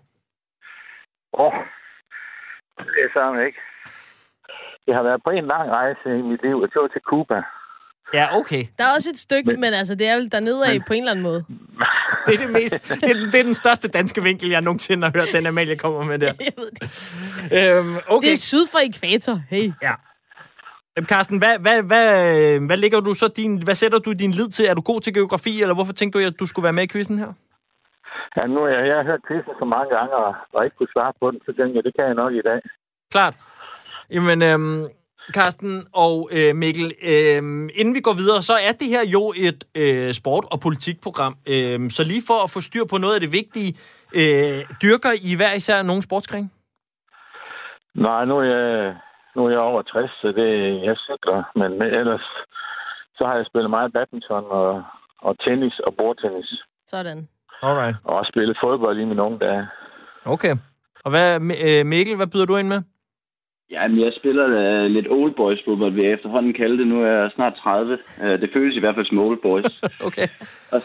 Det er sammen ikke. Jeg har været på en lang rejse i mit liv. Jeg tog til Cuba. Ja, okay. Der er også et stykke, men altså, det er vel dernede af på en eller anden måde. Det er det mest. Det er den største danske vinkel, jeg nogensinde har hørt, den Amalie kommer med der. Jeg ved det. Okay. Det er syd for ekvator. Hey. Ja. Carsten, hvad lægger du så hvad sætter du din lid til? Er du god til geografi, eller hvorfor tænkte du, at du skulle være med i quizzen her? Ja, nu har jeg hørt quizzen så mange gange, og ikke kunne svare på den, så tænker jeg, det kan jeg nok i dag. Klart. Jamen, Carsten og Mikkel, inden vi går videre, så er det her jo et sport- og politikprogram. Så lige for at få styr på noget af det vigtige, dyrker I hver især nogle sportsgren? Nej, nu er jeg over 60, så jeg cykler, men ellers så har jeg spillet meget badminton og tennis og bordtennis. Sådan. Alright. Og også spillet fodbold i mine unge dage. Okay. Og Mikkel, hvad byder du ind med? Jamen, jeg spiller lidt old boys fodbold, vil jeg efterhånden kalde det. Nu er jeg snart 30. Det føles i hvert fald som old boys. Okay. Og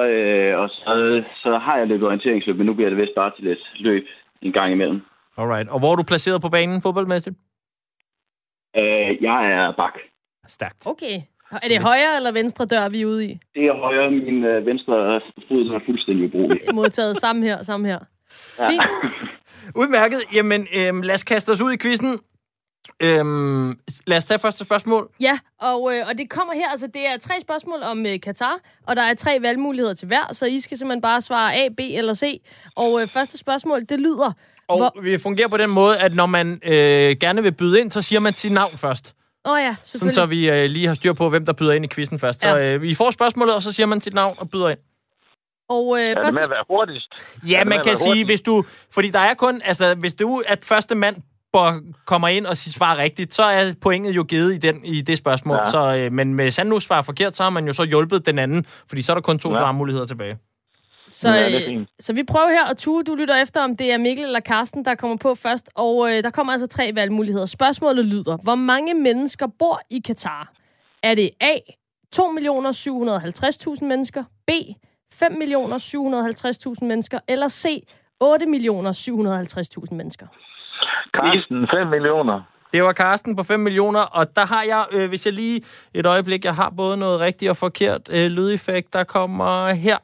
så har jeg løbet orienteringsløb, men nu bliver det vist bare til et løb en gang imellem. Alright. Og hvor er du placeret på banen fodboldmæssigt? Jeg er bak. Stærkt. Okay. Er det højre eller venstre dør, vi er ude i? Det er højre. Min venstre fod er fuldstændig ubrugelig. Modtaget. Samme her. Ja. Fint. Udmærket. Jamen, lad os kaste os ud i quizzen. Lad os tage første spørgsmål. Ja, og det kommer her. Altså, det er 3 spørgsmål om Katar, og der er 3 valgmuligheder til hver, så I skal simpelthen bare svare A, B eller C. Og første spørgsmål, det lyder... Og vi fungerer på den måde, at når man gerne vil byde ind, så siger man sit navn først. Ja, sådan så vi lige har styr på, hvem der byder ind i quizzen først. Ja. Så vi får spørgsmålet, og så siger man sit navn og byder ind. Og det med at være hurtigst? Ja, man kan sige, hvis du... Fordi der er kun... Altså, hvis du er første mand kommer ind og svarer rigtigt, så er pointet jo givet i det spørgsmål. Ja. Så, men hvis han nu svarer forkert, så har man jo så hjulpet den anden, fordi så er der kun 2 svarmuligheder tilbage. Så vi prøver her, og Tue, du lytter efter, om det er Mikkel eller Carsten, der kommer på først. Og der kommer altså 3 valgmuligheder. Spørgsmålet lyder: hvor mange mennesker bor i Katar? Er det A, 2.750.000 mennesker, B, 5.750.000 mennesker, eller C, 8.750.000 mennesker? Carsten, 5 millioner. Det var Carsten på 5 millioner, og der har jeg, hvis jeg lige et øjeblik, jeg har både noget rigtigt og forkert lydeffekt, der kommer her.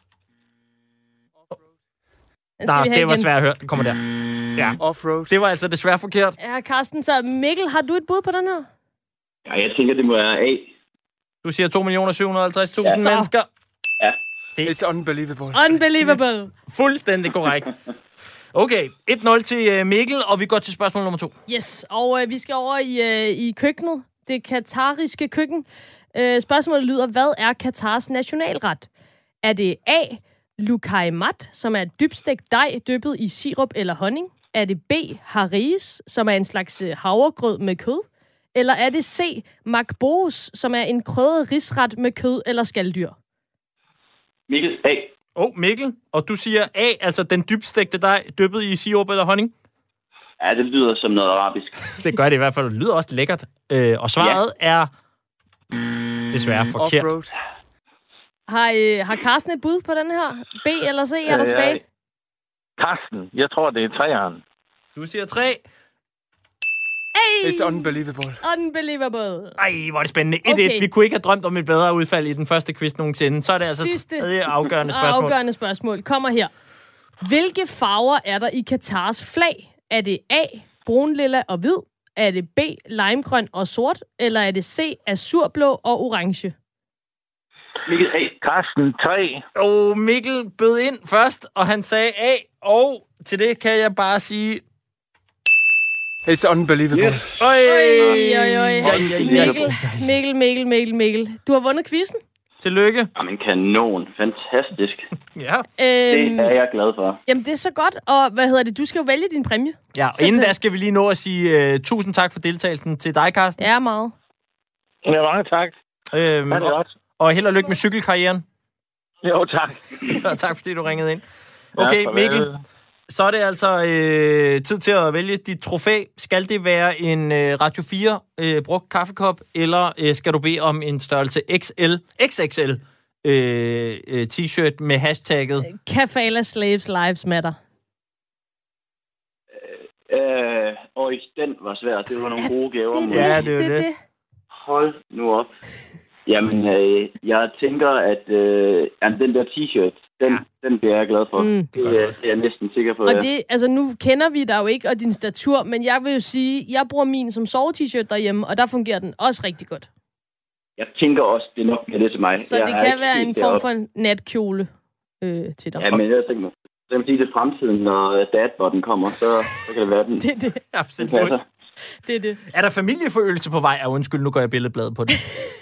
Nej, det var svært at høre. Det kommer der. Ja. Offroad. Det var altså desværre forkert. Ja, Carsten, så Mikkel, har du et bud på den her? Ja, jeg tænker, det må være A. Du siger 2.750.000 mennesker. Ja. It's unbelievable. Unbelievable. Fuldstændig korrekt. Okay, 1-0 til Mikkel, og vi går til spørgsmål nummer 2. Yes, og vi skal over i køkkenet. Det katariske køkken. Spørgsmålet lyder: hvad er Katars nationalret? Er det A, lukaimat, som er et dybstegt dej dyppet i sirup eller honning? Er det B, haris, som er en slags havregrød med kød? Eller er det C, makbous, som er en krydret risret med kød eller skaldyr? Mikkel, A. Mikkel, og du siger A, altså den dybstegte dej dyppet i sirup eller honning? Ja, det lyder som noget arabisk. Det gør det i hvert fald. Det lyder også lækkert. Og svaret er desværre forkert. Offroad. Har Carsten et bud på den her? B eller C er der tilbage? Carsten, jeg tror, det er 3'eren. Du siger 3. Hey! It's unbelievable. Unbelievable. Ej, hvor er det spændende. 1-1. Okay. Vi kunne ikke have drømt om et bedre udfald i den første quiz nogensinde. Så er det altså tredje afgørende spørgsmål. Afgørende spørgsmål. Kommer her. Hvilke farver er der i Katars flag? Er det A, brun, lilla og hvid? Er det B, limegrøn og sort? Eller er det C, azurblå og orange? Mikkel, A. Carsten, 3. Mikkel bød ind først, og han sagde A. Og til det kan jeg bare sige... It's unbelievable. Yes. Mikkel. Du har vundet quizzen. Tillykke. Jamen, kanon. Fantastisk. Ja. Det er jeg glad for. Jamen, det er så godt. Og du skal jo vælge din præmie. Ja, og inden da skal vi lige nå at sige tusind tak for deltagelsen til dig, Carsten. Ja, meget. Ja, mange tak. Og held og lykke med cykelkarrieren. Jo, tak. Og tak, fordi du ringede ind. Okay, Mikkel. Så er det altså tid til at vælge dit trofæ. Skal det være en Radio 4 brugt kaffekop, eller skal du bede om en størrelse XXL t-shirt med hashtagget Kafala Slaves Lives Matter. Den var svær. Det var nogle gode gaver. Det. Hold nu op. Jamen, jeg tænker, at den der t-shirt, den bliver jeg glad for. Det er jeg næsten sikker på. Og det, altså nu kender vi dig jo ikke, og din statur, men jeg vil jo sige, jeg bruger min som sove-t-shirt derhjemme, og der fungerer den også rigtig godt. Jeg tænker også, det nok er det til mig. Så det kan være en form for en natkjole til dig. Ja, men jeg tænker, så kan sige, det er fremtiden, når dadbotten kommer, så kan det være den. Det er det. Absolut. Det er det. Er der familieforøgelse på vej? Undskyld, nu går jeg billedbladet på det.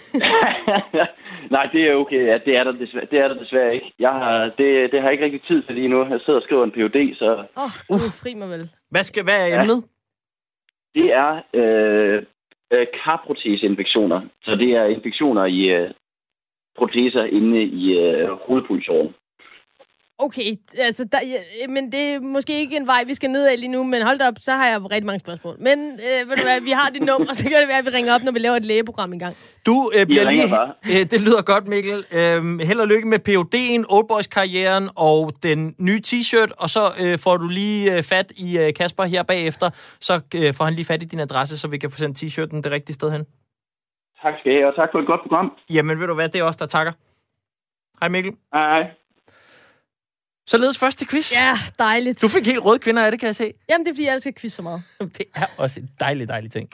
Nej, det er okay. Ja, det er der desværre ikke. Det har jeg ikke rigtig tid til lige nu. Jeg sidder og skriver en PhD, så... fri mig vel. Hvad er emnet? Det er karproteseinfektioner. Så det er infektioner i proteser inde i hovedpulsåren. Okay, altså, men det er måske ikke en vej, vi skal ned af lige nu, men hold da op, så har jeg rigtig mange spørgsmål. Men ved du hvad, vi har dit nummer, så kan det være, at vi ringer op, når vi laver et lægeprogram engang. Du bliver lige... det lyder godt, Mikkel. Held og lykke med PhD'en, Oldboys-karrieren og den nye t-shirt, og så får du lige fat i Kasper her bagefter, så får han lige fat i din adresse, så vi kan få sendt t-shirten det rigtige sted hen. Tak skal I have, og tak for et godt program. Jamen ved du hvad, det er os, der takker. Hej Mikkel. Hej. Således første quiz. Ja, dejligt. Du fik helt røde kvinder af det, kan jeg se. Jamen, det er fordi, jeg elsker quiz så meget. Det er også en dejlig ting.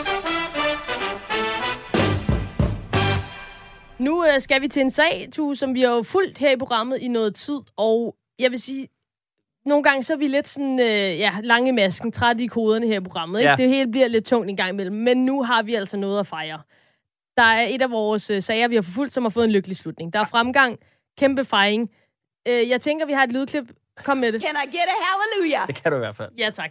Nu skal vi til en sag, som vi har jo fulgt her i programmet i noget tid. Og jeg vil sige, nogle gange så er vi lidt sådan, lange i masken, trætte i koderne her i programmet. Ikke? Ja. Det hele bliver lidt tungt en gang imellem. Men nu har vi altså noget at fejre. Der er et af vores sager, vi har forfulgt, som har fået en lykkelig slutning. Der er fremgang, kæmpe fejring. Jeg tænker, vi har et lydklip. Kom med det. Can I get a hallelujah? Det kan du i hvert fald. Ja, tak.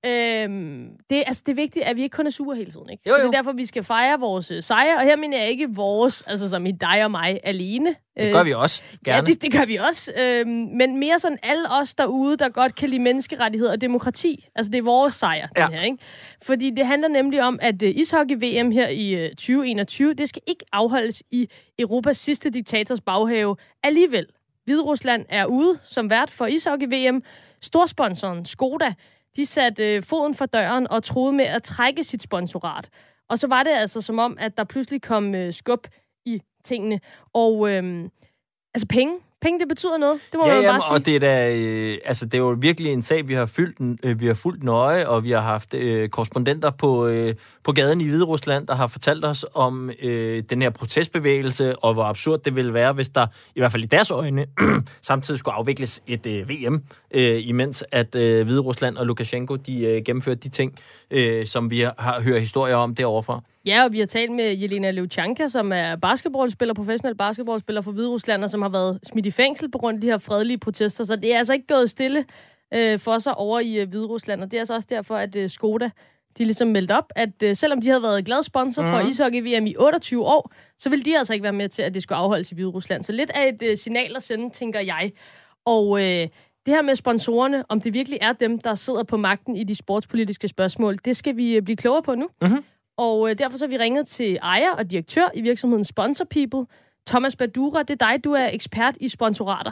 Det er vigtigt, at vi ikke kun er sure hele tiden, ikke? Jo. Så det er derfor, vi skal fejre vores sejre. Og her mener jeg ikke vores, altså som i dig og mig alene. Det gør vi også, gerne. Ja, det gør vi også. Men mere sådan alle os derude, der godt kan lide menneskerettigheder og demokrati. Altså, det er vores sejr, det her, ikke? Fordi det handler nemlig om, at ishockey-VM her i 2021, det skal ikke afholdes i Europas sidste diktators baghave alligevel. Hviderusland er ude som vært for ishockey-VM. Storsponsoren Skoda, de satte foden for døren og troede med at trække sit sponsorat. Og så var det altså som om, at der pludselig kom skub i tingene. Og altså penge, det betyder noget. Det må man bare sige. Og det er det er jo virkelig en sag, vi har fulgt nøje, og vi har haft korrespondenter på gaden i Hviderusland, der har fortalt os om den her protestbevægelse, og hvor absurd det ville være, hvis der, i hvert fald i deres øjne, samtidig skulle afvikles et VM, imens at Hviderusland og Lukashenko, de gennemførte de ting, som vi har hørt historier om deroverfra. Ja, og vi har talt med Jelena Levchanka, som er professionel basketballspiller for Hviderusland, og som har været smidt i fængsel på grund af de her fredelige protester. Så det er altså ikke gået stille for sig over i Hviderusland, og det er altså også derfor, at Skoda, de ligesom meldte op, at selvom de havde været glad sponsor for ishockey-VM i 28 år, så ville de altså ikke være med til, at det skulle afholdes i Hviderusland. Så lidt af et signal at sende, tænker jeg. Og det her med sponsorerne, om det virkelig er dem, der sidder på magten i de sportspolitiske spørgsmål, det skal vi blive klogere på nu. Og derfor så har vi ringet til ejer og direktør i virksomheden Sponsor People, Thomas Badura. Det er dig, du er ekspert i sponsorater.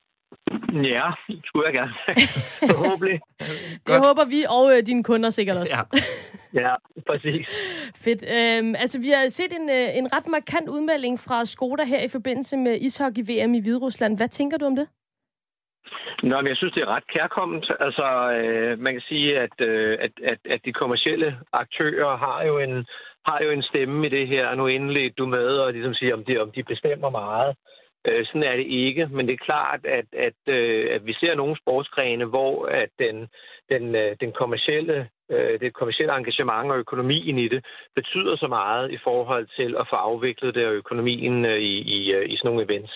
Ja, det skulle jeg gerne. Forhåbentlig. Det håber vi, og dine kunder sikkert også. Ja, præcis. Fedt. Altså, vi har set en ret markant udmelding fra Skoda her i forbindelse med ishockey-VM i Hviderusland. Hvad tænker du om det? Nå, men jeg synes, det er ret kærkomment. Altså, man kan sige, at de kommercielle aktører har jo en stemme i det her. Nu indledte du med at ligesom sige, om de bestemmer meget. Sådan er det ikke, men det er klart, at vi ser nogle sportsgrene, hvor at den kommercielle det kommercielle engagement og økonomien i det betyder så meget i forhold til at få afviklet det og økonomien i sådan nogle events,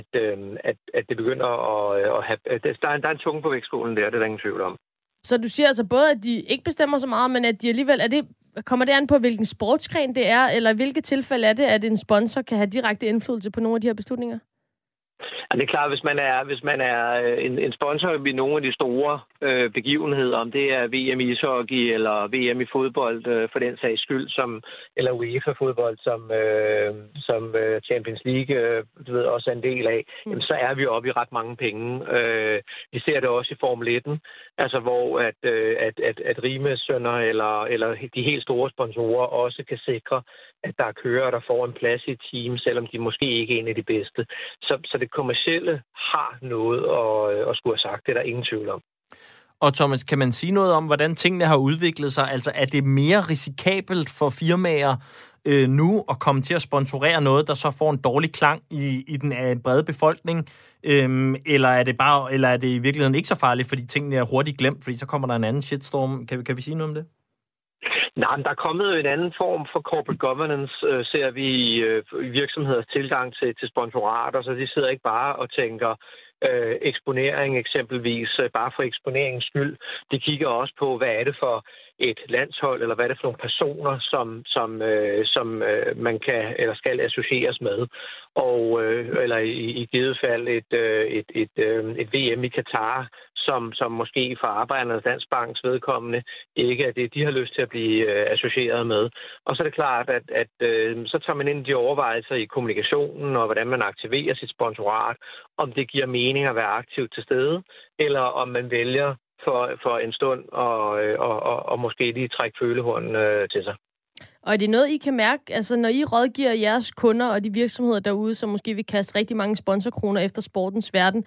at det begynder at have... Der er en tunge på vægtskålen der, det er der ingen tvivl om. Så du siger altså både, at de ikke bestemmer så meget, men at de alligevel... Kommer det an på, hvilken sportsgren det er, eller hvilke tilfælde er det, at en sponsor kan have direkte indflydelse på nogle af de her beslutninger? Ja, det er klart, hvis man er en sponsor ved nogle af de store begivenheder, om det er VM i ishockey eller VM i fodbold for den sags skyld, eller UEFA-fodbold, som Champions League også er en del af, jamen, så er vi oppe i ret mange penge. Vi ser det også i Formel 1, altså hvor at Rimes-sønner eller de helt store sponsorer også kan sikre, at der er kørere, der får en plads i et team, selvom de måske ikke er en af de bedste. Så det kommercielle har noget at skulle have sagt. Det er der ingen tvivl om. Og Thomas, kan man sige noget om, hvordan tingene har udviklet sig? Altså, er det mere risikabelt for firmaer nu at komme til at sponsorere noget, der så får en dårlig klang i den brede befolkning? Eller er det i virkeligheden ikke så farligt, fordi tingene er hurtigt glemt, fordi så kommer der en anden shitstorm? Kan vi sige noget om det? Nej, men der er kommet en anden form for corporate governance, ser vi i virksomheders tilgang til sponsorater, så de sidder ikke bare og tænker eksponering eksempelvis, bare for eksponeringens skyld. De kigger også på, hvad er det for et landshold, eller hvad er det for nogle personer, som man kan eller skal associeres med. Og eller i givet fald et VM i Katar, som måske for Arbejdernes Landsbanks vedkommende ikke er det, de har lyst til at blive associeret med. Og så er det klart, at så tager man ind i de overvejelser i kommunikationen, og hvordan man aktiverer sit sponsorat, om det giver mening at være aktivt til stede, eller om man vælger for en stund og måske lige trække følehornen til sig. Og er det noget, I kan mærke, altså når I rådgiver jeres kunder og de virksomheder derude, som måske vil kaste rigtig mange sponsorkroner efter sportens verden,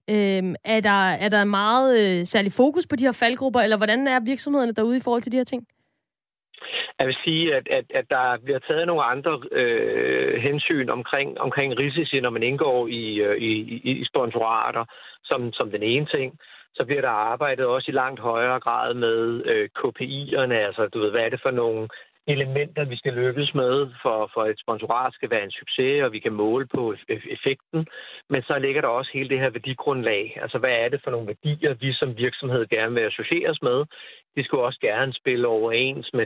er der meget særlig fokus på de her faldgrupper, eller hvordan er virksomhederne derude i forhold til de her ting? Jeg vil sige, at der bliver taget nogle andre hensyn omkring risici, når man indgår i sponsorater, som den ene ting. Så bliver der arbejdet også i langt højere grad med KPI'erne, altså du ved, hvad er det for nogle elementer, vi skal lykkes med, for et sponsorat skal være en succes, og vi kan måle på effekten. Men så ligger der også hele det her værdigrundlag. Altså, hvad er det for nogle værdier, vi som virksomhed gerne vil associeres med? De skulle også gerne spille overens med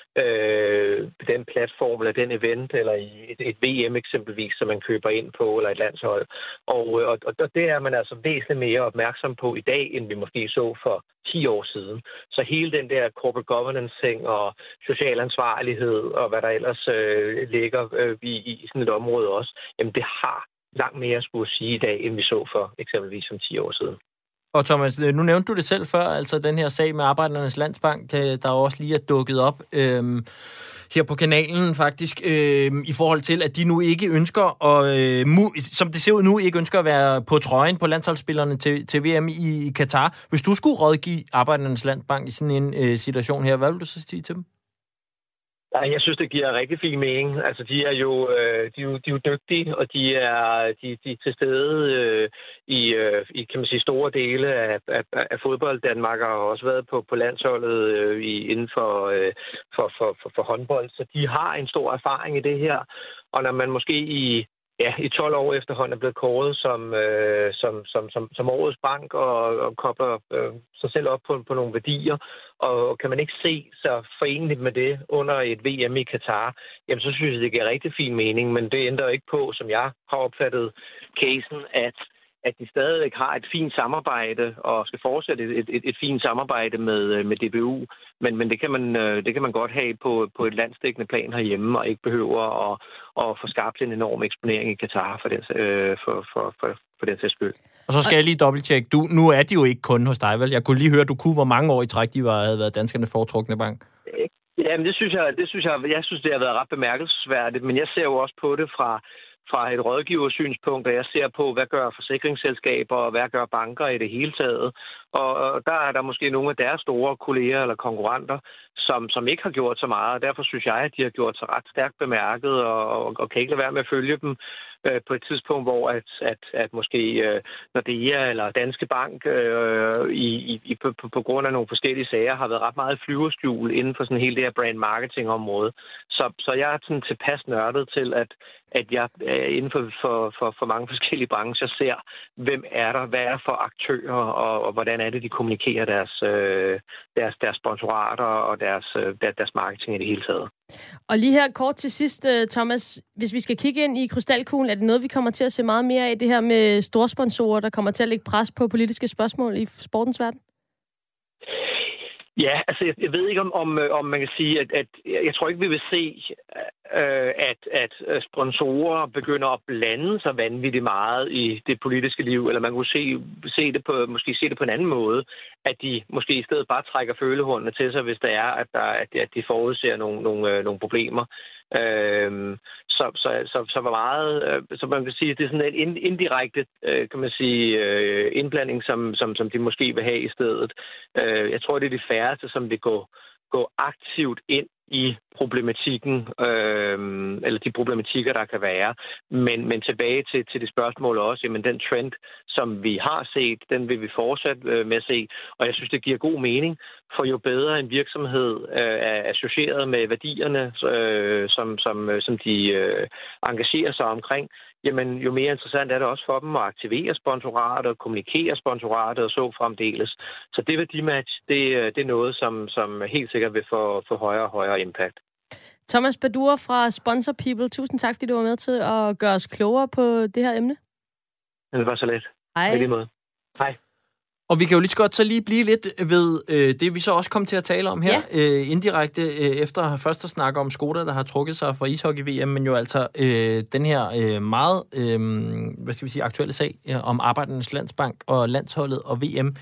den platform, eller den event, eller i et VM eksempelvis, som man køber ind på, eller et landshold. Og det er man altså væsentligt mere opmærksom på i dag, end vi måske så for 10 år siden. Så hele den der corporate governance-ting og social ansvarlighed, og hvad der ellers ligger i sådan et område også, jamen det har langt mere at skulle sige i dag, end vi så for eksempelvis som 10 år siden. Og Thomas, nu nævnte du det selv før, altså den her sag med Arbejdernes Landsbank, der også lige er dukket op her på kanalen faktisk, i forhold til, at de nu ikke ønsker, som det ser ud nu, ikke ønsker at være på trøjen på landsholdsspillerne til VM i Katar. Hvis du skulle rådgive Arbejdernes Landsbank i sådan en situation her, hvad vil du så sige til dem? Jeg synes, det giver rigtig fin mening. Altså, de er jo dygtige, og de er til stede i kan man sige, store dele af fodbold. Danmark har også været på landsholdet inden for håndbold, så de har en stor erfaring i det her. Og når man måske i 12 år efterhånden er blevet kåret som årets bank og kobler sig selv op på nogle værdier, og kan man ikke se sig forenligt med det under et VM i Katar, jamen så synes jeg, det giver rigtig fin mening, men det ændrer ikke på, som jeg har opfattet casen, at de stadigvæk har et fint samarbejde og skal fortsætte et fint samarbejde med DBU, men det kan man godt have på et landsdækkende plan herhjemme, og ikke behøver at få skabt en enorm eksponering i Katar for den sags skyld. Og så skal jeg lige dobbelttjekke. Nu er de jo ikke kun hos dig, vel? Jeg kunne lige høre, du kunne, hvor mange år i træk de havde været danskernes foretrukne bank. Jamen, jeg synes, det har været ret bemærkelsesværdigt, men jeg ser jo også på det fra et rådgiversynspunkt, og jeg ser på, hvad gør forsikringsselskaber, og hvad gør banker i det hele taget. Og der er der måske nogle af deres store kolleger eller konkurrenter, som ikke har gjort så meget, og derfor synes jeg, at de har gjort sig ret stærkt bemærket, og kan ikke lade være med at følge dem på et tidspunkt, hvor at måske Nordea eller Danske Bank på grund af nogle forskellige sager har været ret meget flyverskjul inden for sådan hele det her brand marketing område. Så jeg er sådan tilpas nørdet til, at jeg inden for mange forskellige brancher ser, hvem er der, hvad er for aktører, og hvordan er det, de kommunikerer deres sponsorater og deres marketing i det hele taget. Og lige her kort til sidst, Thomas, hvis vi skal kigge ind i krystalkuglen, er det noget, vi kommer til at se meget mere af, det her med store sponsorer, der kommer til at lægge pres på politiske spørgsmål i sportens verden? Ja, altså jeg ved ikke, om man kan sige, at jeg tror ikke, vi vil se, at sponsorer begynder at blande sig vanvittigt meget i det politiske liv, eller man kunne måske se det på en anden måde, at de måske i stedet bare trækker følehornene til sig, hvis det er, at de forudser nogle problemer. Så hvor meget, så man kan sige, det er sådan en indirekte, kan man sige, indblanding, som de måske vil have i stedet. Jeg tror, det er de færreste, som vil gå aktivt ind i problematikken, eller de problematikker, der kan være. Men tilbage til det spørgsmål også, jamen den trend, som vi har set, den vil vi fortsætte med at se. Og jeg synes, det giver god mening, for jo bedre en virksomhed er associeret med værdierne, som de engagerer sig omkring, jamen jo mere interessant er det også for dem at aktivere sponsoratet og kommunikere sponsoratet og så fremdeles. Så det værdimatch, det er noget, som helt sikkert vil få højere og højere impact. Thomas Badur fra Sponsor People, tusind tak, fordi du var med til at gøre os klogere på det her emne. Det var så let. Hej. På lige måde. Hej. Og vi kan jo lige så godt så lige blive lidt ved det, vi så også kom til at tale om her, indirekte, efter at have først at snakke om Skoda, der har trukket sig fra ishockey-VM, men jo altså den her meget, hvad skal vi sige, aktuelle sag om Arbejdernes Landsbank og landsholdet og VM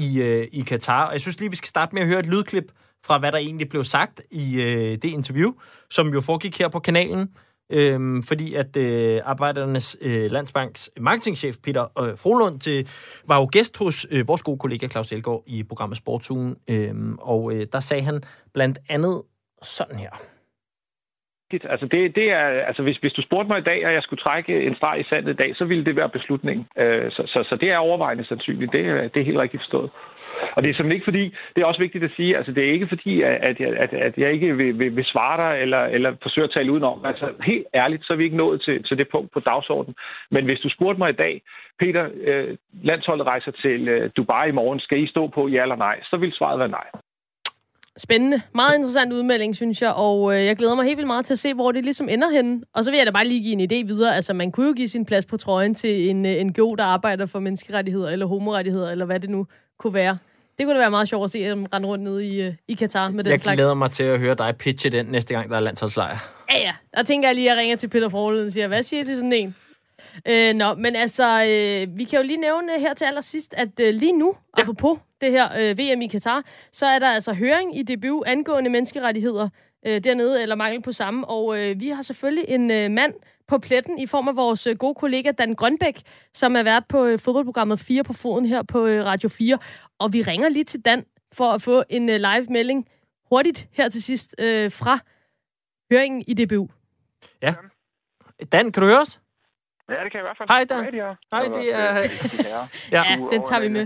i Katar. Og jeg synes lige, vi skal starte med at høre et lydklip fra, hvad der egentlig blev sagt i det interview, som jo foregik her på kanalen. Fordi at Arbejdernes Landsbanks marketingchef Peter Frohlund var jo gæst hos vores gode kollega Claus Elgaard i programmet Sportsugen, og der sagde han blandt andet sådan her. Altså det er, altså hvis du spurgte mig i dag, at jeg skulle trække en streg i sandet i dag, så ville det være beslutningen. Så det er overvejende sandsynligt. Det er helt rigtigt forstået. Og det er simpelthen ikke fordi, det er også vigtigt at sige, altså det er ikke fordi, at jeg ikke vil svare dig eller forsøge at tale udenom. Altså helt ærligt, så er vi ikke nået til det punkt på dagsordenen. Men hvis du spurgte mig i dag, Peter, landsholdet rejser til Dubai i morgen, skal I stå på ja eller nej? Så vil svaret være nej. Spændende. Meget interessant udmelding, synes jeg, og jeg glæder mig helt vildt meget til at se, hvor det ligesom ender henne. Og så vil jeg da bare lige give en idé videre. Altså, man kunne jo give sin plads på trøjen til en NGO, der arbejder for menneskerettigheder eller homorettigheder, eller hvad det nu kunne være. Det kunne da være meget sjovt at se dem rende rundt nede i Katar med den slags. Jeg glæder mig til at høre dig pitche den næste gang, der er landsholdslejr. Ja. Der tænker jeg lige, at jeg ringer til Peter Frohlund og siger, hvad siger I til sådan en? Men altså, vi kan jo lige nævne her til allersidst, at lige nu, apropos det her VM i Katar, så er der altså høring i DBU angående menneskerettigheder dernede, eller mangel på samme, og vi har selvfølgelig en mand på pletten i form af vores gode kollega Dan Grønbæk, som er vært på fodboldprogrammet 4 på foden her på Radio 4, og vi ringer lige til Dan for at få en live melding hurtigt her til sidst fra høringen i DBU. Ja. Dan, kan du høre os? Ja, det kan jeg i hvert fald. Hej, Dan. Hej, det er... Ja, den tager vi med.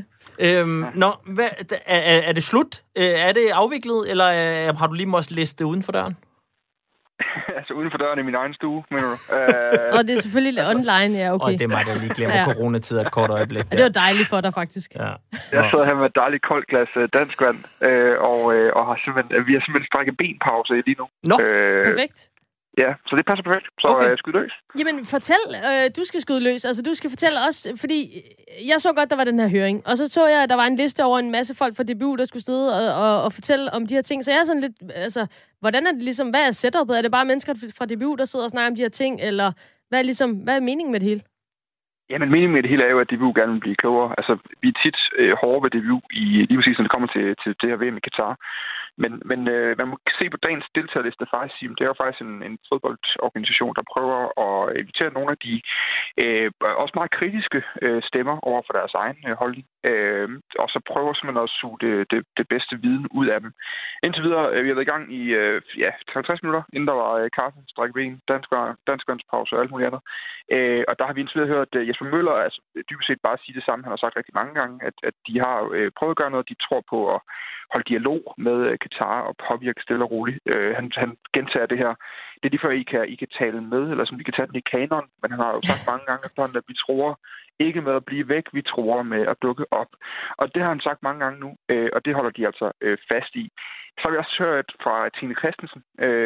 Er det slut? Er det afviklet, eller har du lige måst læse det uden for døren? Altså uden for døren i min egen stue, mener du? Og det er selvfølgelig online, ja, okay. Og det er mig, der lige glemmer coronatid et kort øjeblik. Ja, det var dejligt for dig, faktisk. Ja. Jeg sidder her med et dejligt koldt glas dansk vand, og har vi har simpelthen strækket benpause lige nu. Perfekt. Ja, så det passer perfekt. Så skyd løs. Jamen, fortæl. Du skal skyde løs. Altså, du skal fortælle os, fordi jeg så godt, der var den her høring. Og så jeg, at der var en liste over en masse folk fra DBU, der skulle sidde og fortælle om de her ting. Så jeg er sådan lidt, altså, hvordan er det ligesom, hvad er setupet? Er det bare mennesker fra DBU, der sidder og snakker om de her ting? Eller hvad er meningen med det hele? Jamen, meningen med det hele er jo, at DBU gerne vil blive klogere. Altså, vi er tit hårde ved DBU, lige præcis, når det kommer til det her VM i Katar. Men man må se på dagens deltagerliste faktisk, det er jo faktisk en fodboldorganisation, der prøver at invitere nogle af de også meget kritiske stemmer over for deres egen holdning. Og så prøver simpelthen at suge det bedste viden ud af dem. Indtil videre, vi har været i gang i 50 minutter, inden der var kaffe, strikkeben, danskernes og alt muligt andet. Og der har vi indtil videre hørt Jesper Møller, altså dybest set bare sige det samme. Han har sagt rigtig mange gange, at de har prøvet at gøre noget, de tror på at holde dialog med Katar og påvirke stille og roligt. Han gentager det her det er lige før, I kan tale med, eller som vi kan tage den i kanon, men han har jo sagt mange gange efterhånden, at vi tror ikke med at blive væk, vi tror med at dukke op. Og det har han sagt mange gange nu, og det holder de altså fast i. Så har vi også hørt fra Tine Christensen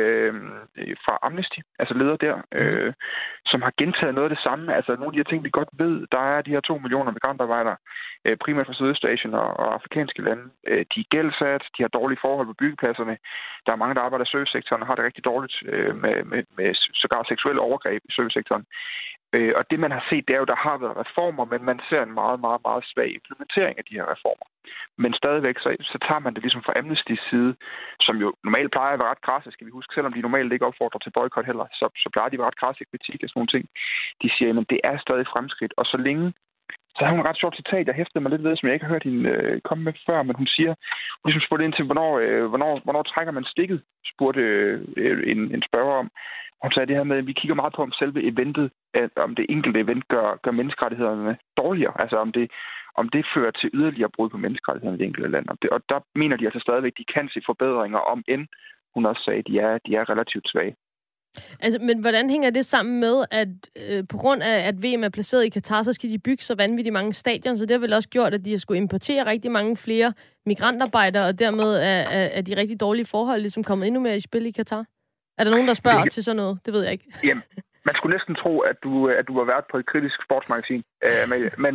fra Amnesty, altså leder der, som har gentaget noget af det samme. Altså nogle af de her ting, vi godt ved, der er de her 2 millioner migrantarbejdere, primært fra Sydøstasien og afrikanske lande. De er gældsat, de har dårlige forhold på byggepladserne. Der er mange, der arbejder i servicesektoren og har det rigtig dårligt med sågar seksuelle overgreb i servicesektoren. Og det, man har set, det er jo, der har været reformer, men man ser en meget, meget, meget svag implementering af de her reformer. Men stadigvæk, så tager man det ligesom fra Amnesty's side, som jo normalt plejer at være ret krasse, skal vi huske, selvom de normalt ikke opfordrer til boykot heller, så plejer de at være ret krasse i kritik af sådan nogle ting. De siger, at det er stadig fremskridt, og så længe, så har hun et ret sjovt citat, jeg hæftede mig lidt ved, som jeg ikke har hørt hende komme med før, men hun siger, hun ligesom spurgte ind til, hvornår trækker man stikket, spurgte en spørger om. Hun sagde det her med, at vi kigger meget på, om selve eventet, om det enkelte event gør menneskerettighederne dårligere. Altså om det fører til yderligere brud på menneskerettighederne i det enkelte land. Og der mener de altså stadigvæk, de kan se forbedringer, om end hun også sagde, at de er relativt svage. Altså, men hvordan hænger det sammen med, at på grund af, at VM er placeret i Katar, så skal de bygge så vanvittigt mange stadion, så det har vel også gjort, at de har skulle importere rigtig mange flere migrantarbejdere, og dermed er de rigtig dårlige forhold ligesom kommet endnu mere i spil i Katar? Er der nogen, der spørger til sådan noget? Det ved jeg ikke. Jamen, man skulle næsten tro, at du var vært på et kritisk sportsmagasin. Men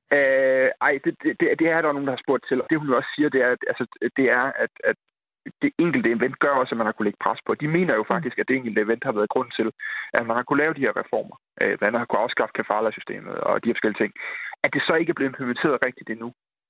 det er der nogen, der har spurgt til. Og det hun også siger, det er, at det enkelte event gør også, at man har kunnet lægge pres på. De mener jo faktisk, at det enkelte event har været grund til, at man har kunnet lave de her reformer. Blandt andet har kunnet afskaffe kafala-systemet og de her forskellige ting. At det så ikke er blevet implementeret rigtigt endnu.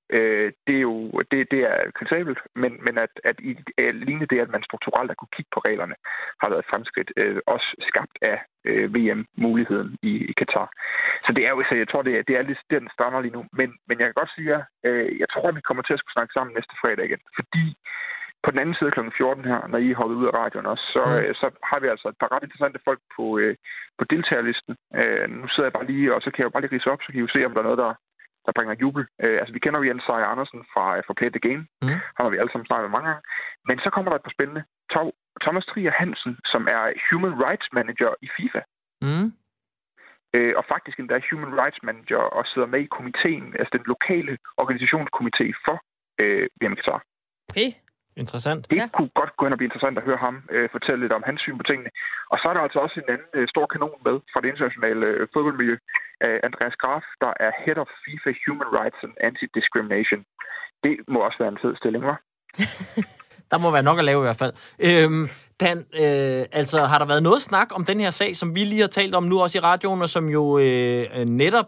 Det er kritisabelt, men at i lignende det, at man strukturelt har kunne kigge på reglerne, har været fremskridt, også skabt af VM-muligheden i Katar. Så det er jo, så jeg tror, det er lidt den stander lige nu. Men jeg kan godt sige, at jeg tror, at vi kommer til at skulle snakke sammen næste fredag igen, fordi på den anden side kl. 14 her, når I er hoppet ud af radioen også, så har vi altså et par ret interessante folk på deltagerlisten. Nu sidder jeg bare lige, og så kan jeg jo bare lige ridse op, så kan I jo se, om der er noget, der bringer jubel. Altså, vi kender jo Jens Sejer Andersen fra Play the Game. Han har vi alle sammen snakket med mange gange. Men så kommer der et par spændende. Thomas Trier Hansen, som er Human Rights Manager i FIFA. Og faktisk endda Human Rights Manager og sidder med i komiteen, altså den lokale organisationskomité for VM Qatar. Okay. Interessant. Det kunne godt gå hen og blive interessant at høre ham fortælle lidt om hans syn på tingene. Og så er der altså også en anden stor kanon med fra det internationale fodboldmiljø, Andreas Graf, der er Head of FIFA Human Rights and Anti-Discrimination. Det må også være en fed stilling, hva'? Der må være nok at lave i hvert fald. Dan, altså har der været noget snak om den her sag, som vi lige har talt om nu også i radioen, og som jo netop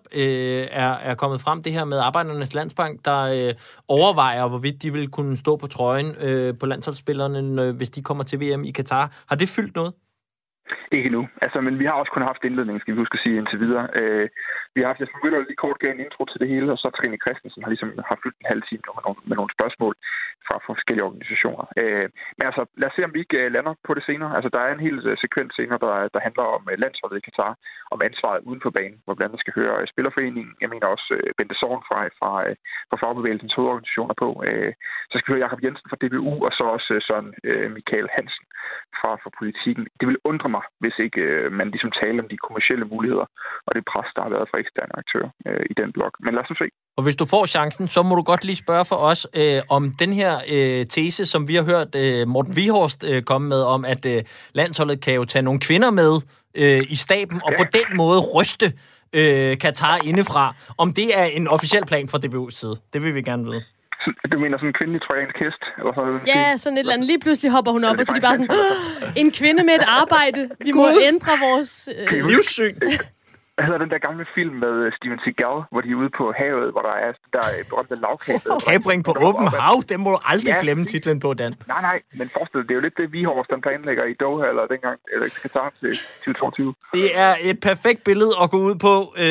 er kommet frem, det her med Arbejdernes Landsbank, der overvejer, hvorvidt de vil kunne stå på trøjen på landsholdsspillerne, hvis de kommer til VM i Katar. Har det fyldt noget? Ikke endnu. Altså, men vi har også kun haft indledning, skal vi huske at sige indtil videre. Vi har haft et formidler lige kort gav en intro til det hele, og så Trine Christensen har ligesom fyldt en halv time med nogle spørgsmål fra forskellige organisationer. Men altså, lad os se, om vi ikke lander på det senere. Altså, der er en hel sekvens senere, der handler om landsholdet i Katar, om ansvaret uden for banen, hvor blandt andet skal høre Spillerforeningen, jeg mener også Bente Sorgen fra Fagbevægelsens hovedorganisationer på. Så skal vi høre Jakob Jensen fra DBU, og så også Søren Michael Hansen fra Politikken. Det vil undre mig, hvis ikke man ligesom taler om de kommercielle muligheder og det pres, der har været fra eksterne aktører i den blog. Men lad os nu se. Og hvis du får chancen, så må du godt lige spørge for os om den her tese, som vi har hørt Morten Wieghorst komme med, om at landsholdet kan jo tage nogle kvinder med i staben, og på den måde ryste Katar indefra. Om det er en officiel plan fra DBU's side. Det vil vi gerne vide. Du mener sådan en kvindelig trojansk hest? Eller sådan ja, sådan et eller andet. Lige pludselig hopper hun op, og så er de bare sådan, en kvinde med et arbejde. Vi må ændre vores livssyn. Hvad hedder den der gamle film med Steven Seagal, hvor de er ude på havet, hvor der er berømte lavkabel? Kapring på åben hav, det må du aldrig glemme titlen på, Dan. Nej, men forestil dig, det er jo lidt det, Wieghorst planlægger i Doha, eller dengang, eller Qatar til 2022. Det er et perfekt billede at gå ud på.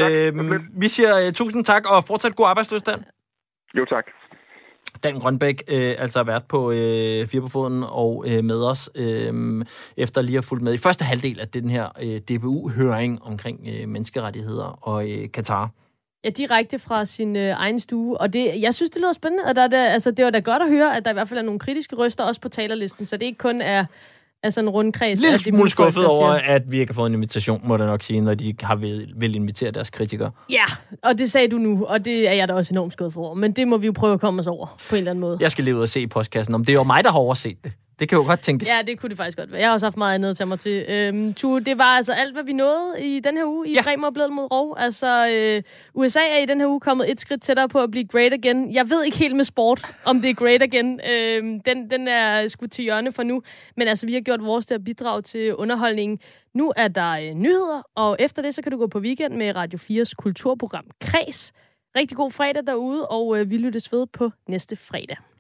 Vi siger tusind tak, og fortsat god arbejdsløst, Dan. Jo, tak. Dan Grønbæk, altså har været på Fire på Foden og med os, efter lige at fulgt med i første halvdel af den her DBU-høring omkring menneskerettigheder og Katar. Ja, direkte fra sin egen stue, og jeg synes, det lyder spændende, og det var da godt at høre, at der i hvert fald er nogle kritiske røster også på talerlisten, så det ikke kun er Altså en rundkreds. Lidt smule skuffet over, at vi ikke har fået en invitation, må jeg nok sige, når de vil invitere deres kritikere. Ja, og det sagde du nu, og det er jeg da også enormt skuffet over. Men det må vi jo prøve at komme os over på en eller anden måde. Jeg skal leve ud og se i postkassen, om det er jo mig, der har overset det. Det kan jo godt tænkes. Ja, det kunne det faktisk godt være. Jeg har også haft meget andet at tage mig til. Tue, det var altså alt, hvad vi nåede i den her uge i Bremer og Blædel mod Rov. Altså, USA er i den her uge kommet et skridt tættere på at blive great again. Jeg ved ikke helt med sport, om det er great again. Den er skudt til hjørne for nu. Men altså, vi har gjort vores til at bidrage til underholdningen. Nu er der nyheder, og efter det, så kan du gå på weekend med Radio 4's kulturprogram Kreds. Rigtig god fredag derude, og vi lyttes ved på næste fredag.